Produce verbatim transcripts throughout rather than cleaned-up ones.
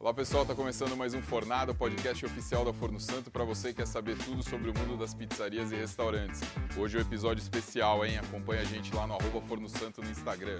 Olá pessoal, está começando mais um Fornada, o podcast oficial da Forno Santo para você que quer saber tudo sobre o mundo das pizzarias e restaurantes. Hoje é um episódio especial, hein? Acompanha a gente lá no arroba Forno Santo no Instagram.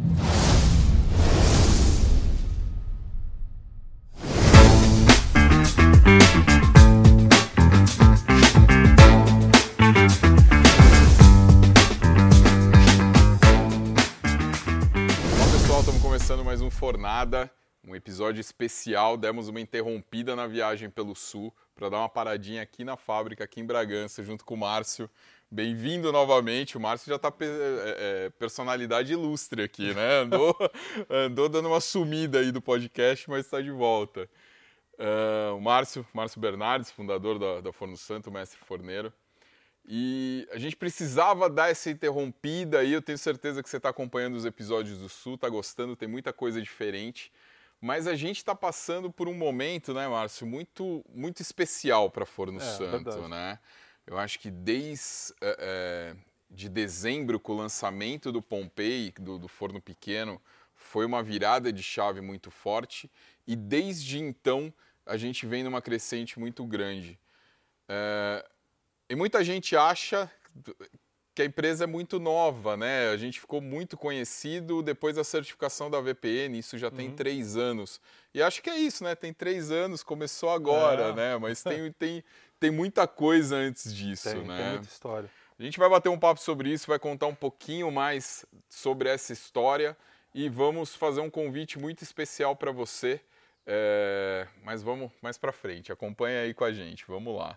Olá pessoal, estamos começando mais um Fornada. Um episódio especial, demos uma interrompida na viagem pelo Sul para dar uma paradinha aqui na fábrica, aqui em Bragança, junto com o Márcio. Bem-vindo novamente, o Márcio já está pe é, personalidade ilustre aqui, né? Andou, andou dando uma sumida aí do podcast, mas está de volta. Uh, o Márcio, Márcio Bernardes, fundador da, da Forno Santo, mestre forneiro. E a gente precisava dar essa interrompida aí, eu tenho certeza que você está acompanhando os episódios do Sul, está gostando, tem muita coisa diferente. Mas a gente está passando por um momento, né, Márcio, muito, muito especial para Forno é, Santo, verdade. né? Eu acho que desde é, de dezembro, com o lançamento do Pompei, do, do forno pequeno, foi uma virada de chave muito forte. E desde então, a gente vem numa crescente muito grande. É, e muita gente acha que a empresa é muito nova, né? A gente ficou muito conhecido depois da certificação da V P N, isso já tem Uhum. três anos. E acho que é isso, né? Tem três anos, começou agora, É. né? Mas tem, tem, tem muita coisa antes disso, Tem, né? tem muita história. A gente vai bater um papo sobre isso, vai contar um pouquinho mais sobre essa história e vamos fazer um convite muito especial para você. É... Mas vamos mais para frente, acompanha aí com a gente, vamos lá.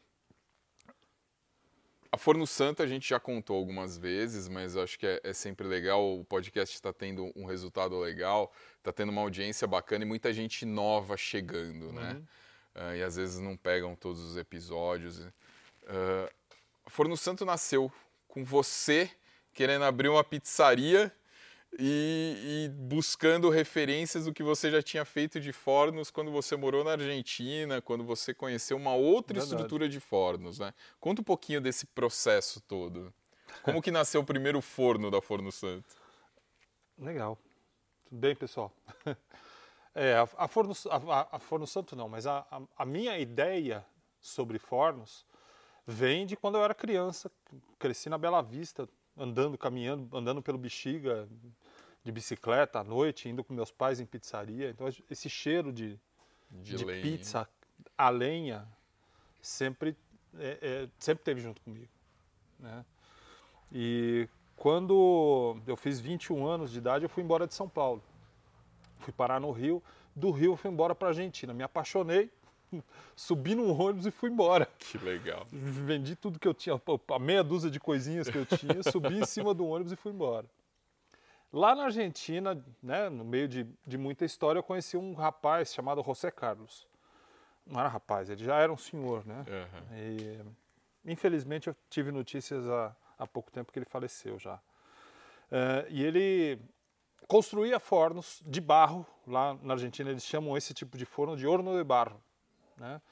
A Forno Santo a gente já contou algumas vezes, mas acho que é, é sempre legal, o podcast está tendo um resultado legal, está tendo uma audiência bacana e muita gente nova chegando, uhum. né? Uh, e às vezes não pegam todos os episódios. Uh, a Forno Santo nasceu com você querendo abrir uma pizzaria e, e buscando referências do que você já tinha feito de fornos quando você morou na Argentina, quando você conheceu uma outra Verdade. estrutura de fornos, né? Conta um pouquinho desse processo todo. Como que nasceu o primeiro forno da Forno Santo? Legal. Tudo bem, pessoal? É, a, a, Forno, a, a Forno Santo não, mas a, a, a minha ideia sobre fornos vem de quando eu era criança. Cresci na Bela Vista, andando, caminhando, andando pelo Bexiga, de bicicleta à noite, indo com meus pais em pizzaria. Então esse cheiro de, de, de lenha. pizza a lenha sempre, é, é, sempre teve junto comigo, né? E quando eu fiz vinte e um anos de idade, eu fui embora de São Paulo. Fui parar no Rio. Do Rio eu fui embora para a Argentina. Me apaixonei, subi num ônibus e fui embora. Que legal. Vendi tudo que eu tinha, a meia dúzia de coisinhas que eu tinha, subi em cima do ônibus e fui embora. Lá na Argentina, né, no meio de, de muita história, eu conheci um rapaz chamado José Carlos. Não era rapaz, ele já era um senhor, né? Uhum. E, infelizmente eu tive notícias há, há pouco tempo que ele faleceu já. Uh, e ele construía fornos de barro, lá na Argentina eles chamam esse tipo de forno de horno de barro, né?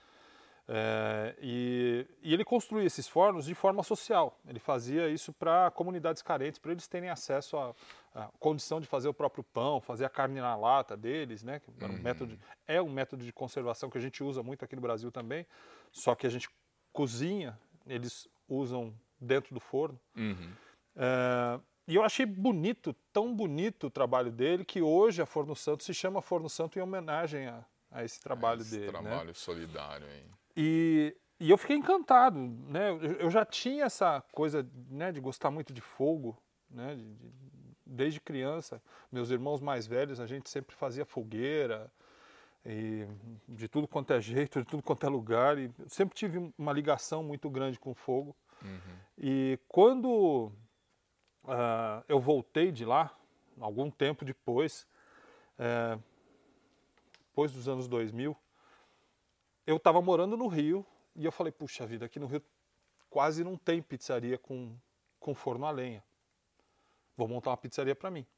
É, e, e ele construía esses fornos de forma social. Ele fazia isso para comunidades carentes, para eles terem acesso à, à condição de fazer o próprio pão, fazer a carne na lata deles, né? Que era um uhum. método, é um método de conservação que a gente usa muito aqui no Brasil também, só que a gente cozinha, eles usam dentro do forno. Uhum. É, e eu achei bonito, tão bonito o trabalho dele, que hoje a Forno Santo se chama Forno Santo em homenagem a, a esse trabalho esse dele. Esse trabalho né? solidário, hein? E, e eu fiquei encantado, né? Eu, eu já tinha essa coisa, né, de gostar muito de fogo, né? De, de, desde criança. Meus irmãos mais velhos, a gente sempre fazia fogueira, e de tudo quanto é jeito, de tudo quanto é lugar. E eu sempre tive uma ligação muito grande com o fogo. Uhum. E quando uh, eu voltei de lá, algum tempo depois, uh, depois dos anos dois mil, eu estava morando no Rio e eu falei, puxa vida, aqui no Rio quase não tem pizzaria com, com forno a lenha. Vou montar uma pizzaria para mim.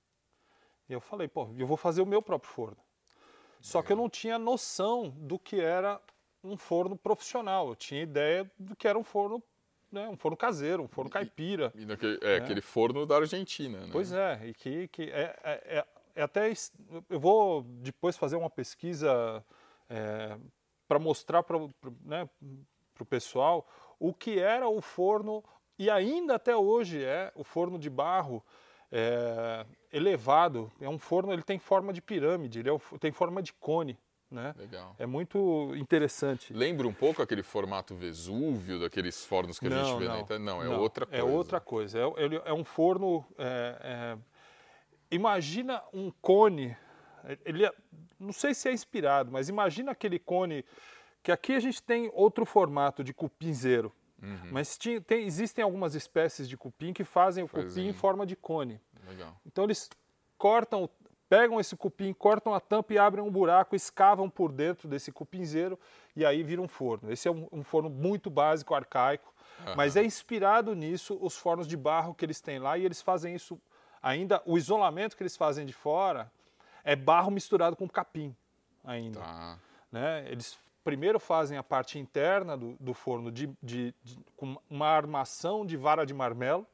E eu falei, pô, eu vou fazer o meu próprio forno. Só que eu não tinha noção do que era um forno profissional. Eu tinha ideia do que era um forno, né, um forno caseiro, um forno caipira. E, e naquele, é, é aquele forno da Argentina, né? Pois é, e que, que é, é, é é até eu vou depois fazer uma pesquisa é, para mostrar para né, o pessoal o que era o forno, e ainda até hoje é o forno de barro é, elevado. É um forno, ele tem forma de pirâmide, ele é, tem forma de cone. Né? Legal. É muito interessante. Lembra um pouco aquele formato Vesúvio, daqueles fornos que a não, gente vê não, na internet? Não, é não, outra coisa. É outra coisa. É, ele, é um forno... É, é, imagina um cone, ele é, não sei se é inspirado, mas imagina aquele cone, que aqui a gente tem outro formato de cupinzeiro, uhum. mas tinha, tem, existem algumas espécies de cupim que fazem o Fazem. cupim em forma de cone. Legal. Então eles cortam... Pegam esse cupim, cortam a tampa e abrem um buraco, escavam por dentro desse cupinzeiro e aí vira um forno. Esse é um, um forno muito básico, arcaico, uhum. mas é inspirado nisso os fornos de barro que eles têm lá, e eles fazem isso ainda, o isolamento que eles fazem de fora é barro misturado com capim ainda. Tá. Né? Eles primeiro fazem a parte interna do, do forno de, de, de, com uma armação de vara de marmelo.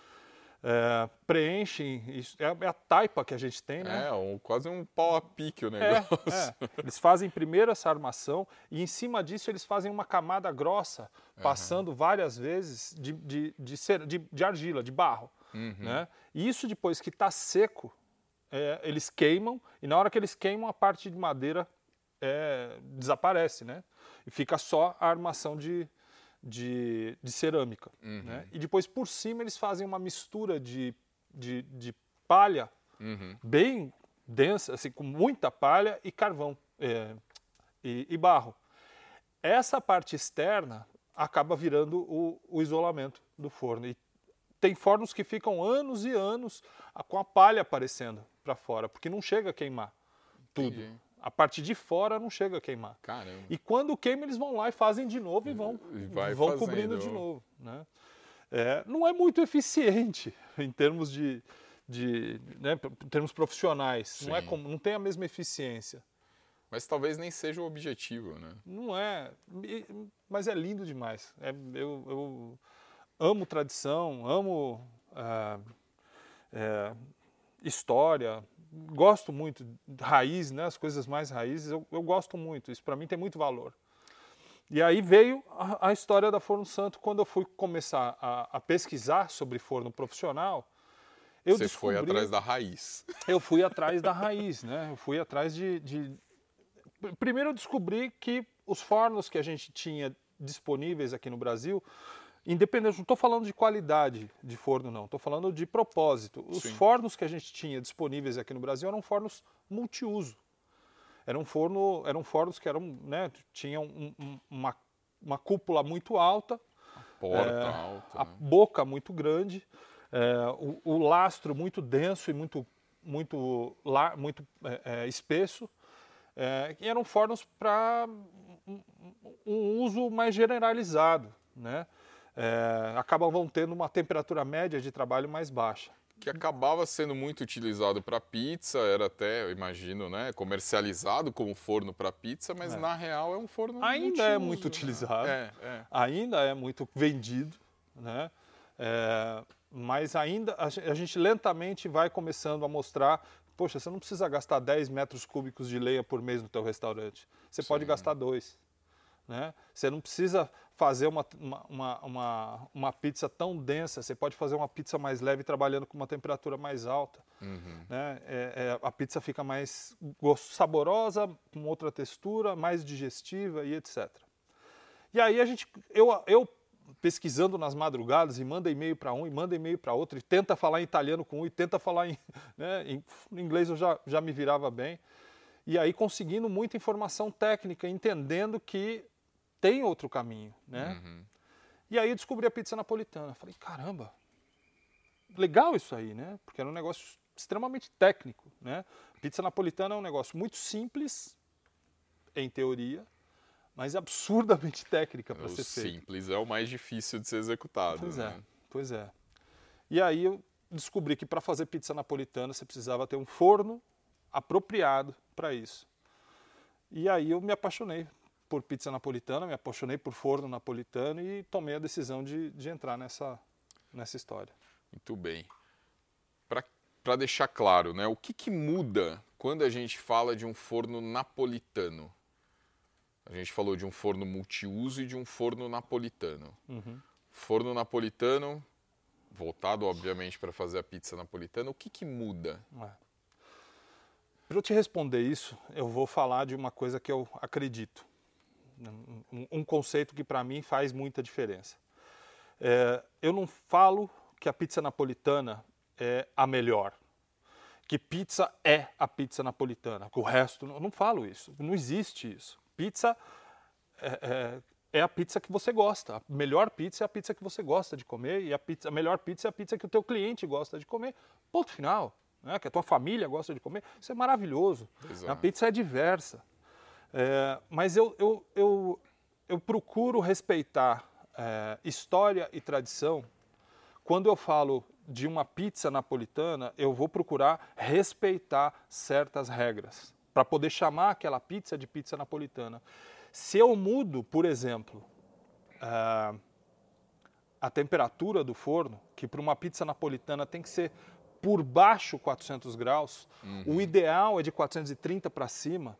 É, preenchem, isso, é, é a taipa que a gente tem, né? É, um, quase um pau a pique o negócio. É, é. Eles fazem primeiro essa armação e em cima disso eles fazem uma camada grossa, passando uhum. várias vezes de, de, de, ser, de, de argila, de barro. Uhum. Né? E isso depois que está seco, é, eles queimam, e na hora que eles queimam a parte de madeira é, desaparece, né? E fica só a armação de... De, de cerâmica. Uhum. Né? E depois por cima eles fazem uma mistura de, de, de palha uhum. bem densa, assim, com muita palha e carvão é, e, e barro. Essa parte externa acaba virando o, o isolamento do forno. E tem fornos que ficam anos e anos com a palha aparecendo para fora, porque não chega a queimar tudo. Entendi. A parte de fora não chega a queimar. Caramba. E quando queima, eles vão lá e fazem de novo e vão, e vai vão cobrindo de novo. Né? É, não é muito eficiente em termos de, de né, em termos profissionais. Não, é como, não tem a mesma eficiência. Mas talvez nem seja o objetivo, né? Não é, mas é lindo demais. É, eu, eu amo tradição, amo é, é, história. Gosto muito de raiz, né? As coisas mais raízes, eu, eu gosto muito, isso para mim tem muito valor. E aí veio a, a história da Forno Santo. Quando eu fui começar a, a pesquisar sobre forno profissional, eu Você descobri... foi atrás da raiz. Eu fui atrás da raiz, né? Eu fui atrás de, de... Primeiro eu descobri que os fornos que a gente tinha disponíveis aqui no Brasil, independente, não estou falando de qualidade de forno, não. Estou falando de propósito. Os Sim. fornos que a gente tinha disponíveis aqui no Brasil eram fornos multiuso. Eram, forno, eram fornos que eram, né, tinham um, um, uma, uma cúpula muito alta, a porta é, alta, a né? boca muito grande, é, o, o lastro muito denso e muito, muito, la, muito é, é, espesso. É, e eram fornos para um, um uso mais generalizado, né? É, acabavam tendo uma temperatura média de trabalho mais baixa. Que acabava sendo muito utilizado para pizza, era até, eu imagino, né, comercializado como forno para pizza, mas é. na real é um forno Ainda multiuso, é muito utilizado, né? é, é. ainda é muito vendido, né? É, mas ainda a gente lentamente vai começando a mostrar, poxa, você não precisa gastar dez metros cúbicos de lenha por mês no teu restaurante, você Sim. pode gastar dois. Né? Você não precisa fazer uma, uma, uma, uma pizza tão densa, você pode fazer uma pizza mais leve trabalhando com uma temperatura mais alta. Uhum. Né? É, é, a pizza fica mais saborosa, com outra textura, mais digestiva e etcétera. E aí a gente, eu, eu pesquisando nas madrugadas e manda e-mail para um e manda e-mail para outro e tenta falar em italiano com um e tenta falar em, né, em inglês, eu já, já me virava bem. E aí conseguindo muita informação técnica, entendendo que tem outro caminho, né? Uhum. E aí eu descobri a pizza napolitana. Falei, caramba, legal isso aí, né? Porque era um negócio extremamente técnico, né? Pizza napolitana é um negócio muito simples, em teoria, mas absurdamente técnica para ser feita. O simples é o mais difícil de ser executado. Pois né? é, pois é. E aí eu descobri que para fazer pizza napolitana você precisava ter um forno apropriado para isso. E aí eu me apaixonei por pizza napolitana, me apaixonei por forno napolitano e tomei a decisão de, de entrar nessa, nessa história. Muito bem. Para para deixar claro, né, o que, que muda quando a gente fala de um forno napolitano? A gente falou de um forno multiuso e de um forno napolitano. Uhum. Forno napolitano, voltado, obviamente, para fazer a pizza napolitana, o que, que muda? É. Para eu te responder isso, eu vou falar de uma coisa que eu acredito. Um, um conceito que, para mim, faz muita diferença. É, eu não falo que a pizza napolitana é a melhor. Que pizza é a pizza napolitana. Que o resto, eu não falo isso. Não existe isso. Pizza é, é, é a pizza que você gosta. A melhor pizza é a pizza que você gosta de comer. E a, pizza, a melhor pizza é a pizza que o teu cliente gosta de comer. Ponto final. Né? Que a tua família gosta de comer. Isso é maravilhoso. Exato. A pizza é diversa. É, mas eu, eu, eu, eu procuro respeitar é, história e tradição. Quando eu falo de uma pizza napolitana, eu vou procurar respeitar certas regras para poder chamar aquela pizza de pizza napolitana. Se eu mudo, por exemplo, uh, a temperatura do forno, que para uma pizza napolitana tem que ser por baixo quatrocentos graus, uhum. O ideal é de quatrocentos e trinta para cima,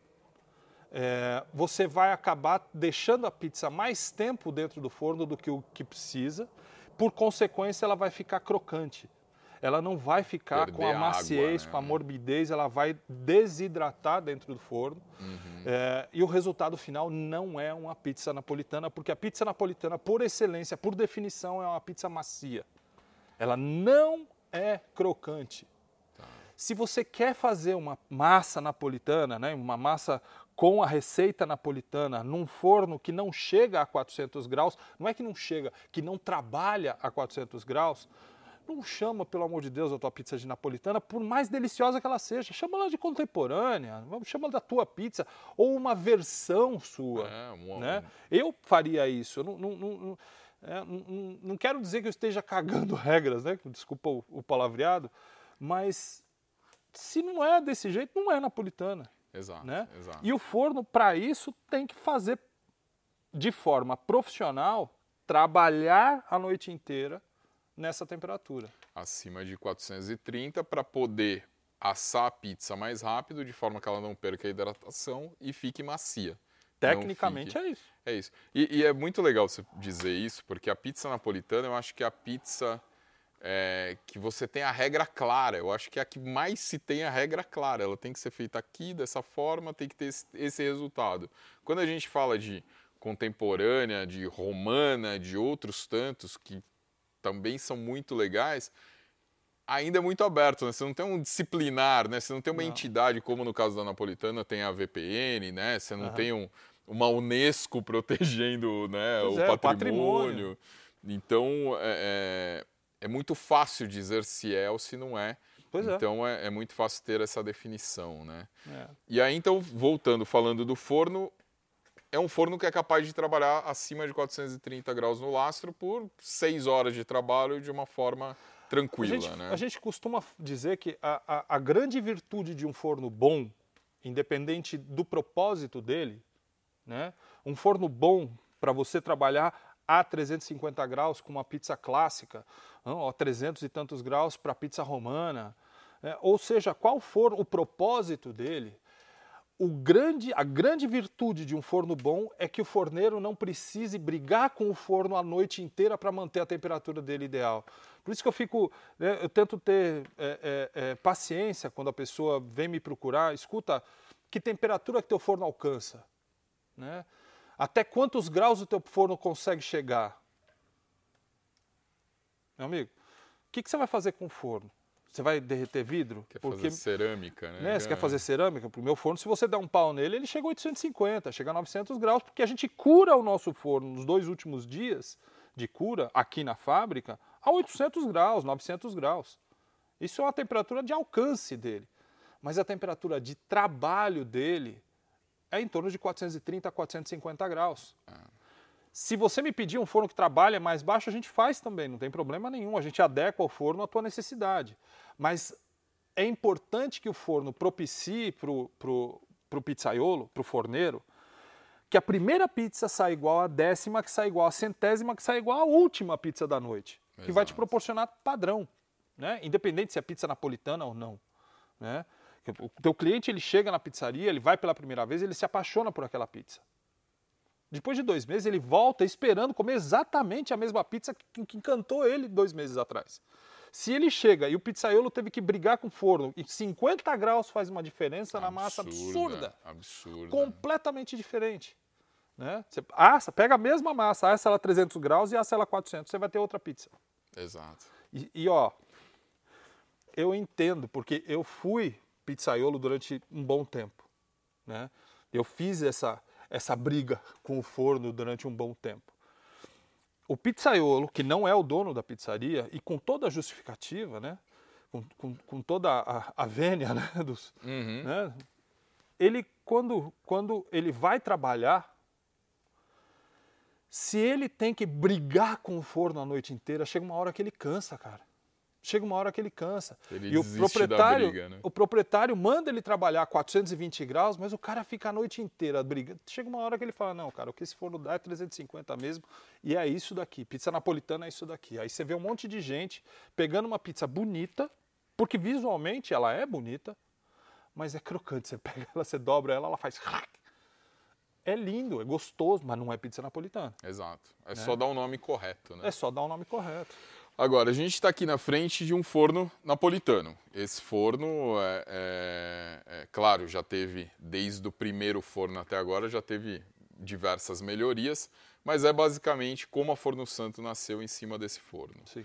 é, você vai acabar deixando a pizza mais tempo dentro do forno do que o que precisa, por consequência ela vai ficar crocante. Ela não vai ficar Perder com a maciez, água, né? Com a morbidez, ela vai desidratar dentro do forno. Uhum. É, e o resultado final não é uma pizza napolitana, porque a pizza napolitana, por excelência, por definição, é uma pizza macia. Ela não é crocante. Tá. Se você quer fazer uma massa napolitana, né, uma massa com a receita napolitana, num forno que não chega a quatrocentos graus, não é que não chega, que não trabalha a quatrocentos graus, não chama, pelo amor de Deus, a tua pizza de napolitana, por mais deliciosa que ela seja. Chama ela de contemporânea, chama da tua pizza, ou uma versão sua. É, um, né? Eu faria isso. Eu não, não, não, é, não, não quero dizer que eu esteja cagando regras, né? Desculpa o, o palavreado, mas se não é desse jeito, não é napolitana. Exato, né? exato. E o forno, para isso, tem que fazer de forma profissional, trabalhar a noite inteira nessa temperatura. Acima de quatrocentos e trinta para poder assar a pizza mais rápido, de forma que ela não perca a hidratação e fique macia. Tecnicamente fique... é isso. É isso. E, e é muito legal você dizer isso, porque a pizza napolitana, eu acho que é a pizza é, que você tem a regra clara. Eu acho que é a que mais se tem a regra clara. Ela tem que ser feita aqui, dessa forma, tem que ter esse, esse resultado. Quando a gente fala de contemporânea, de romana, de outros tantos que também são muito legais, ainda é muito aberto, né? Você não tem um disciplinar, né? Você não tem uma não. entidade, como no caso da napolitana tem a V P N, né? Você não uhum. tem um, uma Unesco protegendo, né, o, é, patrimônio. o patrimônio. Então, é, é, é muito fácil dizer se é ou se não é. Pois então, é. é, é muito fácil ter essa definição, né? É. E aí, então, voltando, falando do forno, é um forno que é capaz de trabalhar acima de quatrocentos e trinta graus no lastro por seis horas de trabalho de uma forma tranquila. A gente, né? a gente costuma dizer que a, a, a grande virtude de um forno bom, independente do propósito dele, né? Um forno bom para você trabalhar a trezentos e cinquenta graus com uma pizza clássica, não, a trezentos e tantos graus para pizza romana, né? Ou seja, qual for o propósito dele, O grande, a grande virtude de um forno bom é que o forneiro não precise brigar com o forno a noite inteira para manter a temperatura dele ideal. Por isso que eu fico, né, eu tento ter é, é, é, paciência quando a pessoa vem me procurar. Escuta, que temperatura que teu forno alcança? Né? Até quantos graus o teu forno consegue chegar? Meu amigo, o que, que você vai fazer com o forno? Você vai derreter vidro? Quer porque, fazer cerâmica, né? né? Você quer fazer cerâmica? Para o meu forno, se você der um pau nele, ele chega a oitocentos e cinquenta, chega a novecentos graus, porque a gente cura o nosso forno nos dois últimos dias de cura, aqui na fábrica, a oitocentos graus, novecentos graus. Isso é uma temperatura de alcance dele. Mas a temperatura de trabalho dele é em torno de quatrocentos e trinta a quatrocentos e cinquenta graus. Ah. Se você me pedir um forno que trabalha mais baixo, a gente faz também, não tem problema nenhum. A gente adequa o forno à tua necessidade. Mas é importante que o forno propicie para o pizzaiolo, para o forneiro, que a primeira pizza saia igual à décima, que saia igual à centésima, que saia igual à última pizza da noite. Exato. Que vai te proporcionar padrão. né? Independente se é pizza napolitana ou não, né? O teu cliente, ele chega na pizzaria, ele vai pela primeira vez, ele se apaixona por aquela pizza. Depois de dois meses, ele volta esperando comer exatamente a mesma pizza que, que encantou ele dois meses atrás. Se ele chega e o pizzaiolo teve que brigar com o forno, e cinquenta graus faz uma diferença na massa absurda. Absurda. Completamente diferente. Né? Você assa, pega a mesma massa, assa ela trezentos graus e assa ela quatrocentos, você vai ter outra pizza. Exato. E, e ó, eu entendo, porque eu fui pizzaiolo durante um bom tempo. Né? Eu fiz essa, essa briga com o forno durante um bom tempo. O pizzaiolo, que não é o dono da pizzaria, e com toda a justificativa, né? com, com, com toda a, a vênia, né? Dos, uhum. né? Ele, quando, quando ele vai trabalhar, se ele tem que brigar com o forno a noite inteira, chega uma hora que ele cansa, cara. Chega uma hora que ele cansa. Ele e o proprietário, da briga, né? o proprietário manda ele trabalhar a quatrocentos e vinte graus, mas o cara fica a noite inteira brigando. Chega uma hora que ele fala, não, cara, o que esse forno dá é trezentos e cinquenta mesmo, e é isso daqui. Pizza napolitana é isso daqui. Aí você vê um monte de gente pegando uma pizza bonita, porque visualmente ela é bonita, mas é crocante. Você pega ela, você dobra ela, ela faz... É lindo, é gostoso, mas não é pizza napolitana. Exato. É, né? Só dar o nome correto, né? É só dar o nome correto. Agora, a gente está aqui na frente de um forno napolitano. Esse forno, é, é, é claro, já teve, desde o primeiro forno até agora, já teve diversas melhorias, mas é basicamente como a Forno Santo nasceu em cima desse forno. Sim.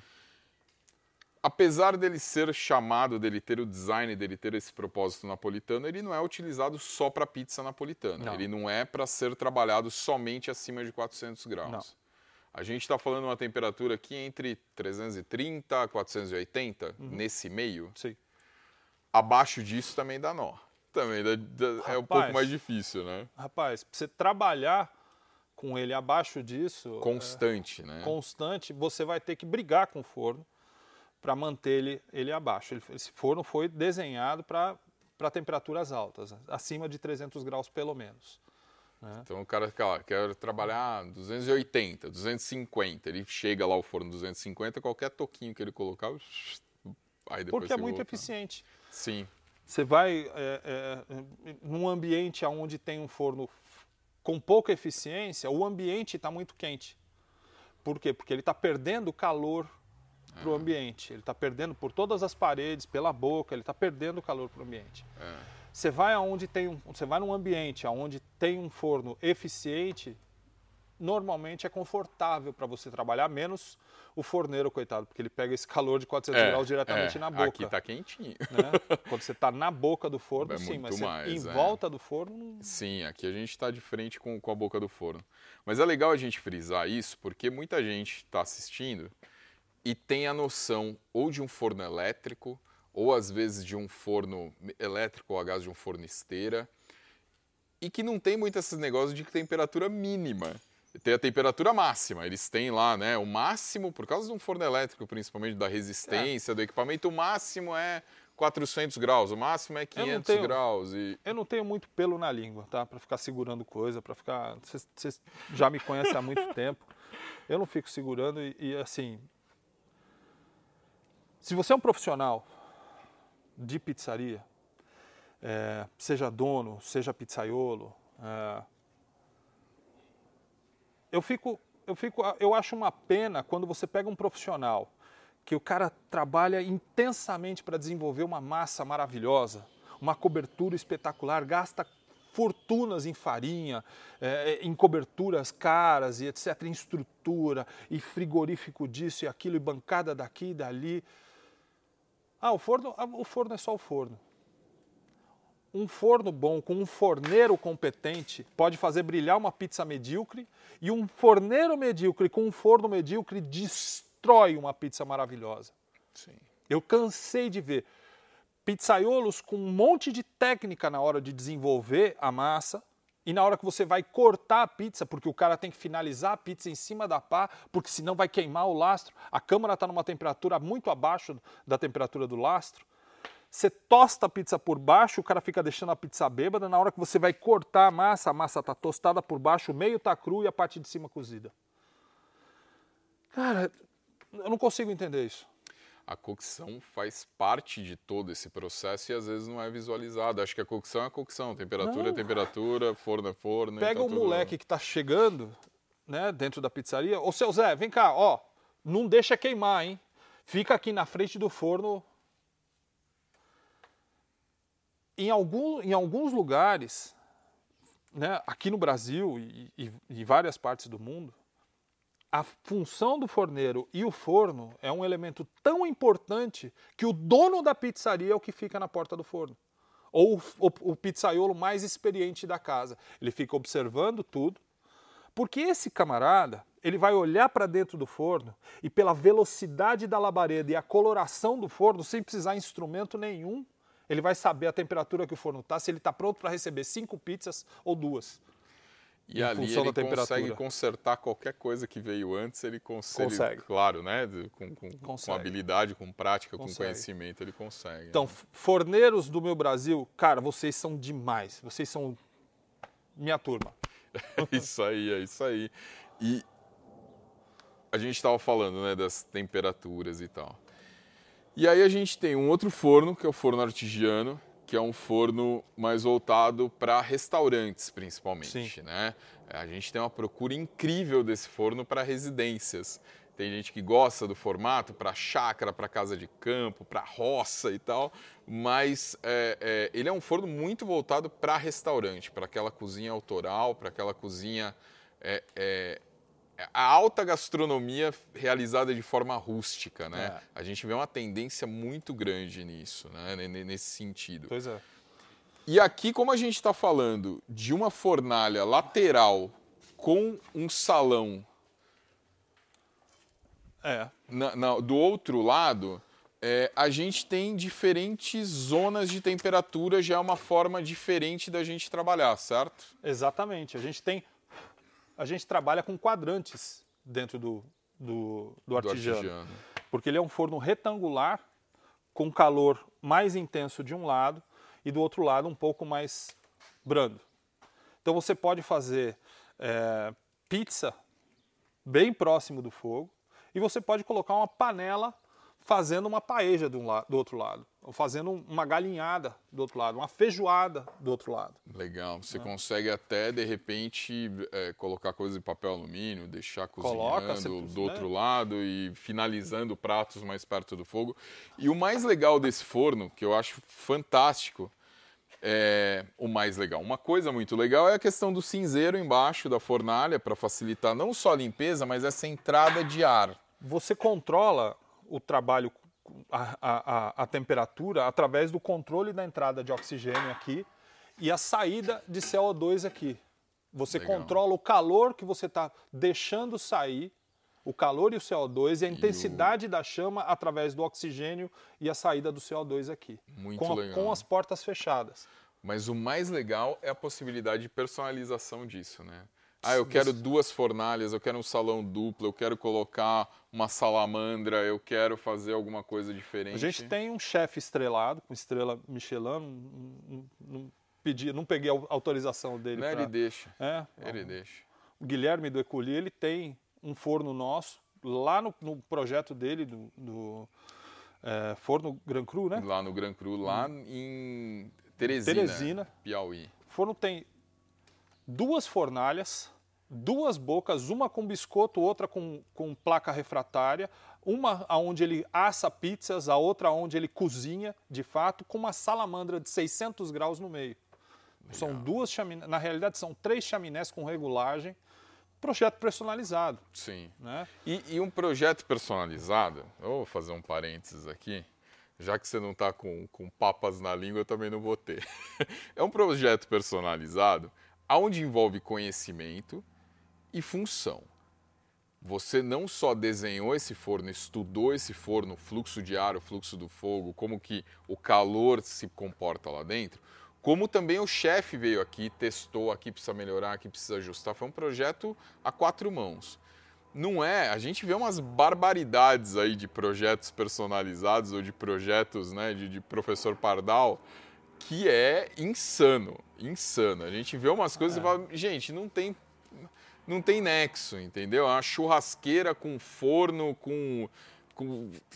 Apesar dele ser chamado, dele ter o design, dele ter esse propósito napolitano, ele não é utilizado só para pizza napolitana. Não. Ele não é para ser trabalhado somente acima de quatrocentos graus. Não. A gente está falando uma temperatura aqui entre trezentos e trinta a quatrocentos e oitenta, uhum. nesse meio. Sim. Abaixo disso também dá nó. Também dá, dá, Rapaz, é um pouco mais difícil, né? Rapaz, pra você trabalhar com ele abaixo disso... Constante, é, né? Constante, você vai ter que brigar com o forno para manter ele, ele abaixo. Ele, esse forno foi desenhado para temperaturas altas, acima de trezentos graus pelo menos. Né? Então o cara fica lá, quer trabalhar duzentos e oitenta, duzentos e cinquenta, ele chega lá o forno duzentos e cinquenta, qualquer toquinho que ele colocar, aí depois porque é muito volta. eficiente. Sim. Você vai é, é, num ambiente onde tem um forno com pouca eficiência, o ambiente está muito quente. Por quê? Porque ele está perdendo calor para o é. ambiente. Ele está perdendo por todas as paredes, pela boca, ele está perdendo calor para o ambiente. É. Você vai aonde tem um, você vai num ambiente onde tem um forno eficiente, normalmente é confortável para você trabalhar, menos o forneiro, coitado, porque ele pega esse calor de quatrocentos é, graus diretamente é. na boca. Aqui está quentinho. Né? Quando você está na boca do forno, é sim, mas mais, você, em é. volta do forno... Sim, aqui a gente está de frente com, com a boca do forno. Mas é legal a gente frisar isso, porque muita gente está assistindo e tem a noção ou de um forno elétrico, ou às vezes de um forno elétrico ou a gás de um forno esteira, e que não tem muito esses negócios de temperatura mínima. Tem a temperatura máxima, eles têm lá, né, o máximo, por causa de um forno elétrico, principalmente da resistência, é. do equipamento, o máximo é quatrocentos graus, o máximo é quinhentos tenho, graus. E... Eu não tenho muito pelo na língua, tá, para ficar segurando coisa, para ficar... Vocês já me conhecem há muito tempo, eu não fico segurando e, e assim... Se você é um profissional de pizzaria, é, seja dono, seja pizzaiolo, é, eu fico, eu fico, eu acho uma pena quando você pega um profissional que o cara trabalha intensamente para desenvolver uma massa maravilhosa, uma cobertura espetacular, gasta fortunas em farinha, é, em coberturas caras e etcétera, em estrutura, e frigorífico disso e aquilo, e bancada daqui e dali. Ah, o forno, o forno é só o forno. Um forno bom, com um forneiro competente, pode fazer brilhar uma pizza medíocre, e um forneiro medíocre com um forno medíocre destrói uma pizza maravilhosa. Sim. Eu cansei de ver pizzaiolos com um monte de técnica na hora de desenvolver a massa, e na hora que você vai cortar a pizza, porque o cara tem que finalizar a pizza em cima da pá, porque senão vai queimar o lastro, a câmara está numa temperatura muito abaixo da temperatura do lastro, você tosta a pizza por baixo, o cara fica deixando a pizza bêbada, na hora que você vai cortar a massa, a massa está tostada por baixo, o meio está cru e a parte de cima cozida. Cara, eu não consigo entender isso. a cocção faz parte de todo esse processo e às vezes não é visualizado. Acho que a cocção é a cocção, temperatura Não. é temperatura, forno é forno. Pega tá o tudo... moleque que está chegando, né, dentro da pizzaria. Ô, seu Zé, vem cá, ó, não deixa queimar, hein? Fica aqui na frente do forno. Em, algum, em alguns lugares, né, aqui no Brasil e, e, e várias partes do mundo, a função do forneiro e o forno é um elemento tão importante que o dono da pizzaria é o que fica na porta do forno. Ou o, o, o pizzaiolo mais experiente da casa. Ele fica observando tudo, porque esse camarada, ele vai olhar para dentro do forno e pela velocidade da labareda e a coloração do forno, sem precisar de instrumento nenhum, ele vai saber a temperatura que o forno está, se ele está pronto para receber cinco pizzas ou duas. E ali ele consegue consertar qualquer coisa que veio antes, ele consegue, consegue. claro, né? Com, com, com habilidade, com prática, consegue. com conhecimento, ele consegue. Então, né? Forneiros do meu Brasil, cara, vocês são demais. Vocês são minha turma. É isso aí, é isso aí. E a gente estava falando, né, das temperaturas e tal. E aí a gente tem um outro forno, que é o forno artesiano, que é um forno mais voltado para restaurantes, principalmente, Sim. né? A gente tem uma procura incrível desse forno para residências. Tem gente que gosta do formato para chácara, para casa de campo, para roça e tal, mas é, é, ele é um forno muito voltado para restaurante, para aquela cozinha autoral, para aquela cozinha... É, é, a alta gastronomia realizada de forma rústica, né? É. A gente vê uma tendência muito grande nisso, né? Nesse sentido. Pois é. E aqui, como a gente está falando de uma fornalha lateral com um salão é. na, na, do outro lado, é, a gente tem diferentes zonas de temperatura, já é uma forma diferente da gente trabalhar, certo? Exatamente. A gente tem... A gente trabalha com quadrantes dentro do, do, do, artesiano, do artesiano, porque ele é um forno retangular com calor mais intenso de um lado e do outro lado um pouco mais brando. Então você pode fazer é, pizza bem próximo do fogo e você pode colocar uma panela fazendo uma paella do, um lado, do outro lado, ou fazendo uma galinhada do outro lado, uma feijoada do outro lado. Legal, você é. consegue até, de repente, é, colocar coisas em papel alumínio, deixar cozinhando Coloca, do outro né? lado e finalizando pratos mais perto do fogo. E o mais legal desse forno, que eu acho fantástico, é o mais legal. Uma coisa muito legal é a questão do cinzeiro embaixo da fornalha, para facilitar não só a limpeza, mas essa entrada de ar. Você controla o trabalho, a, a, a temperatura, através do controle da entrada de oxigênio aqui e a saída de C O dois aqui. Você Legal. controla o calor que você está deixando sair, o calor e o C O dois e a intensidade e o... da chama através do oxigênio e a saída do C O dois aqui. Muito com, a, legal. com as portas fechadas. Mas o mais legal é a possibilidade de personalização disso, né? Ah, eu quero duas fornalhas, eu quero um salão duplo, eu quero colocar uma salamandra, eu quero fazer alguma coisa diferente. A gente tem um chefe estrelado, com estrela Michelin, não, não, não, pedi, não peguei a autorização dele. Não, pra... ele deixa, é, ele ó, deixa. O Guilherme do Ecoli, ele tem um forno nosso, lá no, no projeto dele, do, do é, forno Gran Cru, né? Lá no Gran Cru, lá hum. em Teresina, Teresina, Piauí. O forno tem duas fornalhas, duas bocas, uma com biscoito, outra com, com placa refratária, uma onde ele assa pizzas, a outra onde ele cozinha, de fato, com uma salamandra de seiscentos graus no meio. Legal. São duas chaminés, na realidade são três chaminés com regulagem, projeto personalizado. Sim. Né? E, e um projeto personalizado, eu vou fazer um parênteses aqui, já que você não está com, com papas na língua, eu também não vou ter. É um projeto personalizado, onde envolve conhecimento e função. Você não só desenhou esse forno, estudou esse forno, o fluxo de ar, o fluxo do fogo, como que o calor se comporta lá dentro, como também o chefe veio aqui, testou, aqui precisa melhorar, aqui precisa ajustar. Foi um projeto a quatro mãos. Não é, a gente vê umas barbaridades aí de projetos personalizados ou de projetos, né, de, de professor Pardal, que é insano, insano. A gente vê umas coisas é. e fala, gente, não tem, não tem nexo, entendeu? É uma churrasqueira com forno, com, com...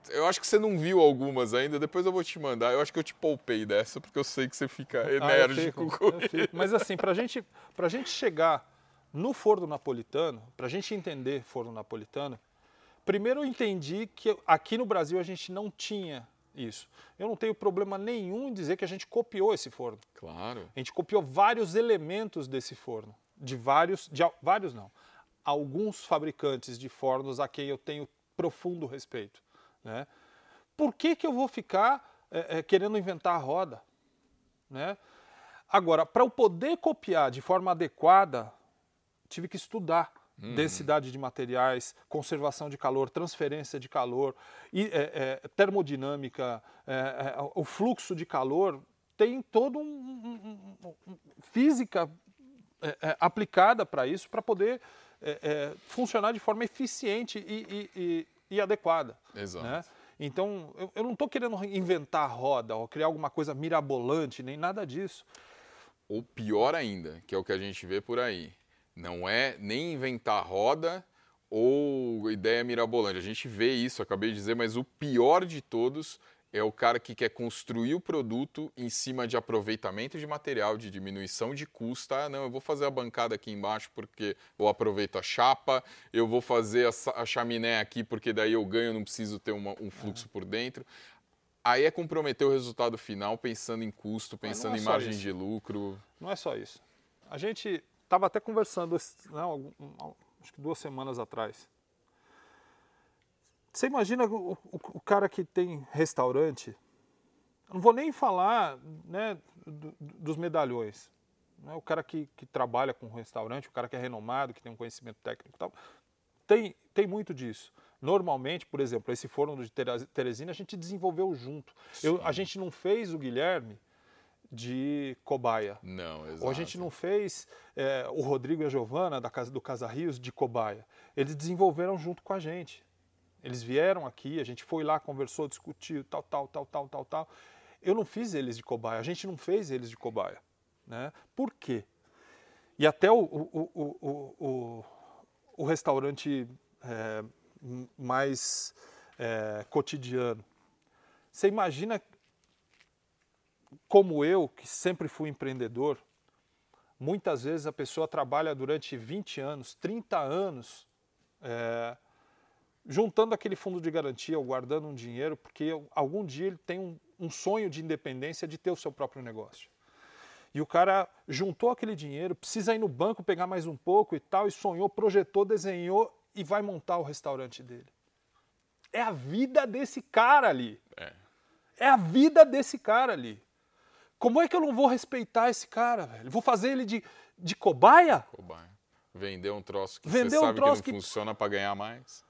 Eu acho que você não viu algumas ainda, depois eu vou te mandar. Eu acho que eu te poupei dessa, porque eu sei que você fica enérgico. Ah, eu fico, eu fico. Mas assim, pra gente, pra gente chegar no forno napolitano, pra gente entender forno napolitano, primeiro eu entendi que aqui no Brasil a gente não tinha isso. Eu não tenho problema nenhum em dizer que a gente copiou esse forno. Claro. A gente copiou vários elementos desse forno, de vários, de vários não, alguns fabricantes de fornos a quem eu tenho profundo respeito, né? Por que que eu vou ficar é, é, querendo inventar a roda, né? Agora, para eu poder copiar de forma adequada, tive que estudar. Uhum. Densidade de materiais, conservação de calor, transferência de calor, e, é, é, termodinâmica, é, é, o fluxo de calor, tem toda um, um, um, um, física é, é, aplicada para isso, para poder é, é, funcionar de forma eficiente e, e, e, e adequada. Exato. Né? Então, eu, eu não estou querendo inventar a roda ou criar alguma coisa mirabolante, nem nada disso. Ou pior ainda, que é o que a gente vê por aí. Não é nem inventar roda ou ideia mirabolante. A gente vê isso, acabei de dizer, mas o pior de todos é o cara que quer construir o produto em cima de aproveitamento de material, de diminuição de custo. Ah, não, eu vou fazer a bancada aqui embaixo porque eu aproveito a chapa, eu vou fazer a chaminé aqui porque daí eu ganho, não preciso ter uma, um fluxo por dentro. Aí é comprometer o resultado final pensando em custo, pensando é em margem isso. de lucro. Não é só isso. A gente estava até conversando, não, acho que duas semanas atrás. Você imagina o, o, o cara que tem restaurante, não vou nem falar, né, do, dos medalhões, né, o cara que, que trabalha com restaurante, o cara que é renomado, que tem um conhecimento técnico e tal, tem, tem muito disso. Normalmente, por exemplo, esse forno de Teresina a gente desenvolveu junto. Eu, a gente não fez o Guilherme de cobaia. Não, exato. Ou a gente não fez é, o Rodrigo e a Giovana da casa, do Casa Rios de cobaia. Eles desenvolveram junto com a gente. Eles vieram aqui, a gente foi lá, conversou, discutiu, tal, tal, tal, tal, tal, tal. Eu não fiz eles de cobaia, a gente não fez eles de cobaia. Né? Por quê? E até o, o, o, o, o, o restaurante é, mais é, cotidiano. Você imagina como eu, que sempre fui empreendedor, muitas vezes a pessoa trabalha durante vinte anos, trinta anos, é, juntando aquele fundo de garantia ou guardando um dinheiro, porque algum dia ele tem um, um sonho de independência de ter o seu próprio negócio. E o cara juntou aquele dinheiro, precisa ir no banco pegar mais um pouco e tal, e sonhou, projetou, desenhou e vai montar o restaurante dele. É a vida desse cara ali. É, é a vida desse cara ali. Como é que eu não vou respeitar esse cara, velho? Vou fazer ele de, de cobaia? Cobaia. Vender um troço que Vender você um sabe troço que não que... funciona para ganhar mais.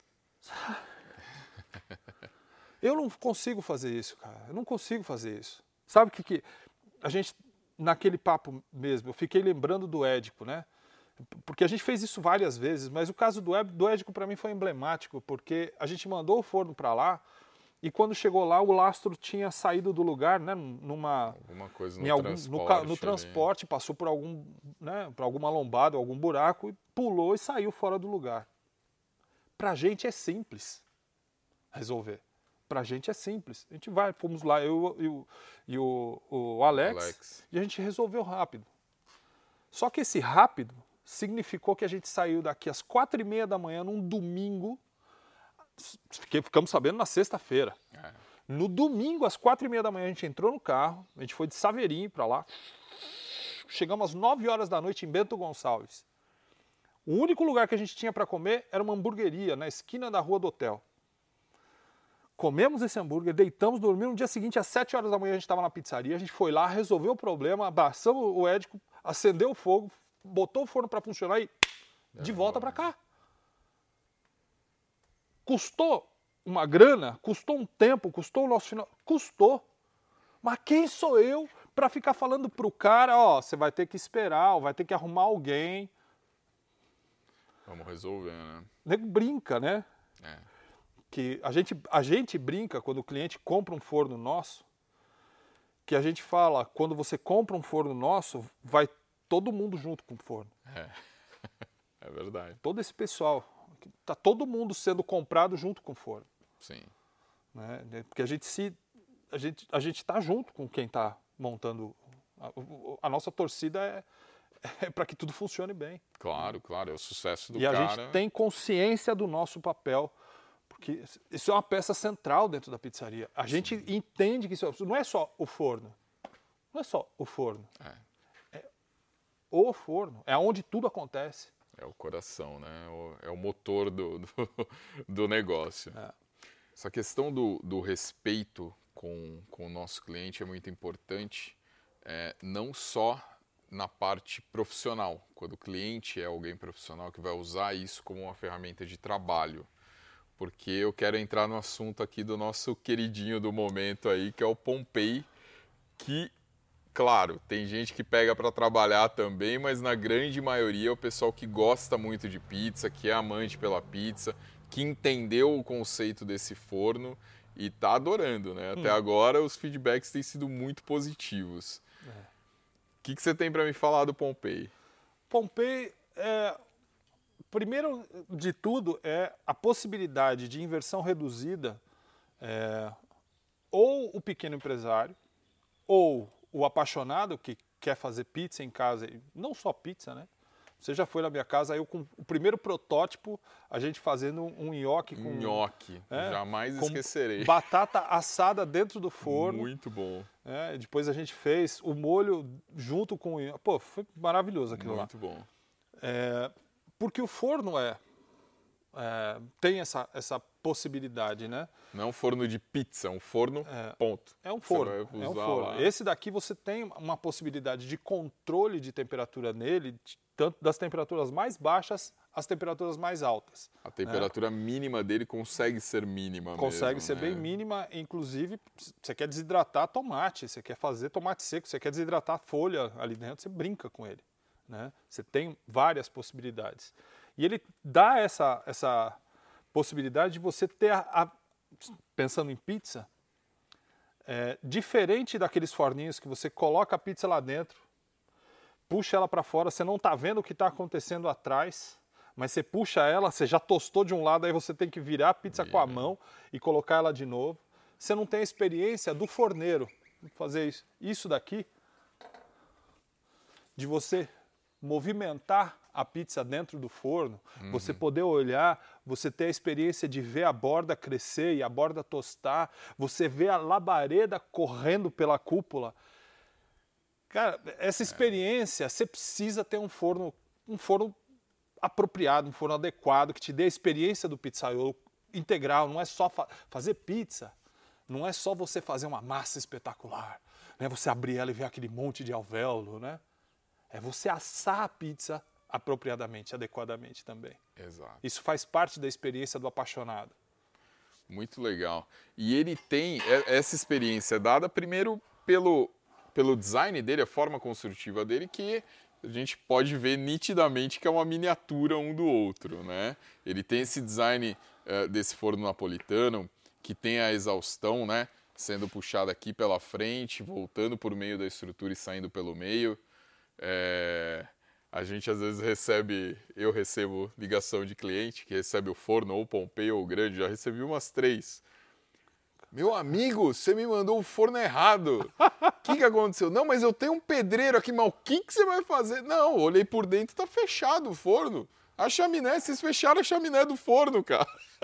Eu não consigo fazer isso, cara. Eu não consigo fazer isso. Sabe o que, que a gente, naquele papo mesmo, eu fiquei lembrando do Édipo, né? Porque a gente fez isso várias vezes, mas o caso do, do Édipo para mim foi emblemático, porque a gente mandou o forno para lá e quando chegou lá o lastro tinha saído do lugar, né? Numa alguma coisa no em algum, transporte, no, no transporte, passou por algum, né? Por alguma lombada, algum buraco e pulou e saiu fora do lugar. Pra gente é simples resolver. Pra gente é simples. A gente vai, fomos lá, eu e o, e o, o Alex, Alex, e a gente resolveu rápido. Só que esse rápido significou que a gente saiu daqui às quatro e meia da manhã, num domingo, ficamos sabendo na sexta-feira. É. No domingo, às quatro e meia da manhã, a gente entrou no carro, a gente foi de Saveirinho para lá, chegamos às nove horas da noite em Bento Gonçalves. O único lugar que a gente tinha para comer era uma hamburgueria, na esquina da rua do hotel. Comemos esse hambúrguer, deitamos, dormimos. No dia seguinte, às sete horas da manhã, a gente estava na pizzaria. A gente foi lá, resolveu o problema, abraçamos o Édipo, acendeu o fogo, botou o forno para funcionar e de volta para cá. Custou uma grana, custou um tempo, custou o nosso final. Custou. Mas quem sou eu para ficar falando pro cara, ó, você vai ter que esperar, ou vai ter que arrumar alguém. Vamos resolver, né? O nego brinca, né? É. Que a gente, a gente brinca quando o cliente compra um forno nosso, que a gente fala, quando você compra um forno nosso, vai todo mundo junto com o forno. É, é verdade. Todo esse pessoal, tá todo mundo sendo comprado junto com o forno. Sim. né? Porque a gente se a gente a gente está junto com quem está montando. A, a nossa torcida é, é para que tudo funcione bem. Claro, claro, é o sucesso do e cara. E a gente tem consciência do nosso papel, porque isso é uma peça central dentro da pizzaria. A gente Sim. entende que isso não é só o forno, não é só o forno, é, é o forno, é onde tudo acontece. É o coração, né? É o motor do, do, do negócio. É. Essa questão do, do respeito com, com o nosso cliente é muito importante, é, não só na parte profissional, quando o cliente é alguém profissional que vai usar isso como uma ferramenta de trabalho, porque eu quero entrar no assunto aqui do nosso queridinho do momento aí, que é o Pompei, que, claro, tem gente que pega para trabalhar também, mas na grande maioria é o pessoal que gosta muito de pizza, que é amante pela pizza, que entendeu o conceito desse forno e está adorando, né? Até hum. agora os feedbacks têm sido muito positivos. O é. que, que você tem para me falar do Pompei? Pompei, é, primeiro de tudo, é a possibilidade de inversão reduzida, é, ou o pequeno empresário, ou o apaixonado que quer fazer pizza em casa, não só pizza, né? Você já foi na minha casa, eu com o primeiro protótipo, a gente fazendo um nhoque com... Nhoque, é, jamais esquecerei. Batata assada dentro do forno. Muito bom. É, depois a gente fez o molho junto com o... Pô, foi maravilhoso aquilo lá. Muito bom. É, porque o forno é, é, tem essa, essa possibilidade, né? Não é um forno de pizza, é um forno, é, ponto. É um forno, é um forno. Lá. Esse daqui você tem uma possibilidade de controle de temperatura nele, de, tanto das temperaturas mais baixas às temperaturas mais altas. A temperatura né? mínima dele consegue ser mínima Consegue mesmo, ser né? bem mínima, inclusive você quer desidratar tomate, você quer fazer tomate seco, você quer desidratar folha ali dentro, você brinca com ele. Né? Você tem várias possibilidades. E ele dá essa, essa possibilidade de você ter, a, a, pensando em pizza, é, diferente daqueles forninhos que você coloca a pizza lá dentro, puxa ela para fora, você não está vendo o que está acontecendo atrás, mas você puxa ela, você já tostou de um lado, aí você tem que virar a pizza yeah. com a mão e colocar ela de novo. Você não tem a experiência do forneiro fazer isso. Isso daqui, de você movimentar a pizza dentro do forno, uhum. você poder olhar, você ter a experiência de ver a borda crescer e a borda tostar, você ver a labareda correndo pela cúpula. Cara, essa experiência, você precisa ter um forno, um forno apropriado, um forno adequado, que te dê a experiência do pizzaiolo integral. Não é só fa- fazer pizza, não é só você fazer uma massa espetacular, né? Você abrir ela e ver aquele monte de alvéolo, né? É você assar a pizza apropriadamente, adequadamente também. Exato. Isso faz parte da experiência do apaixonado. Muito legal. E ele tem essa experiência dada primeiro pelo, pelo design dele, a forma construtiva dele, que a gente pode ver nitidamente que é uma miniatura um do outro, né? Ele tem esse design uh, desse forno napolitano, que tem a exaustão, né? Sendo puxada aqui pela frente, voltando por meio da estrutura e saindo pelo meio. É, a gente às vezes recebe, eu recebo ligação de cliente que recebe o forno ou o Pompei ou o grande, já recebi umas três. Meu amigo, você me mandou o forno errado. O que, que aconteceu? Não, mas eu tenho um pedreiro aqui, mas o que, que você vai fazer? Não, olhei por dentro e tá fechado o forno. A chaminé, vocês fecharam a chaminé do forno, cara.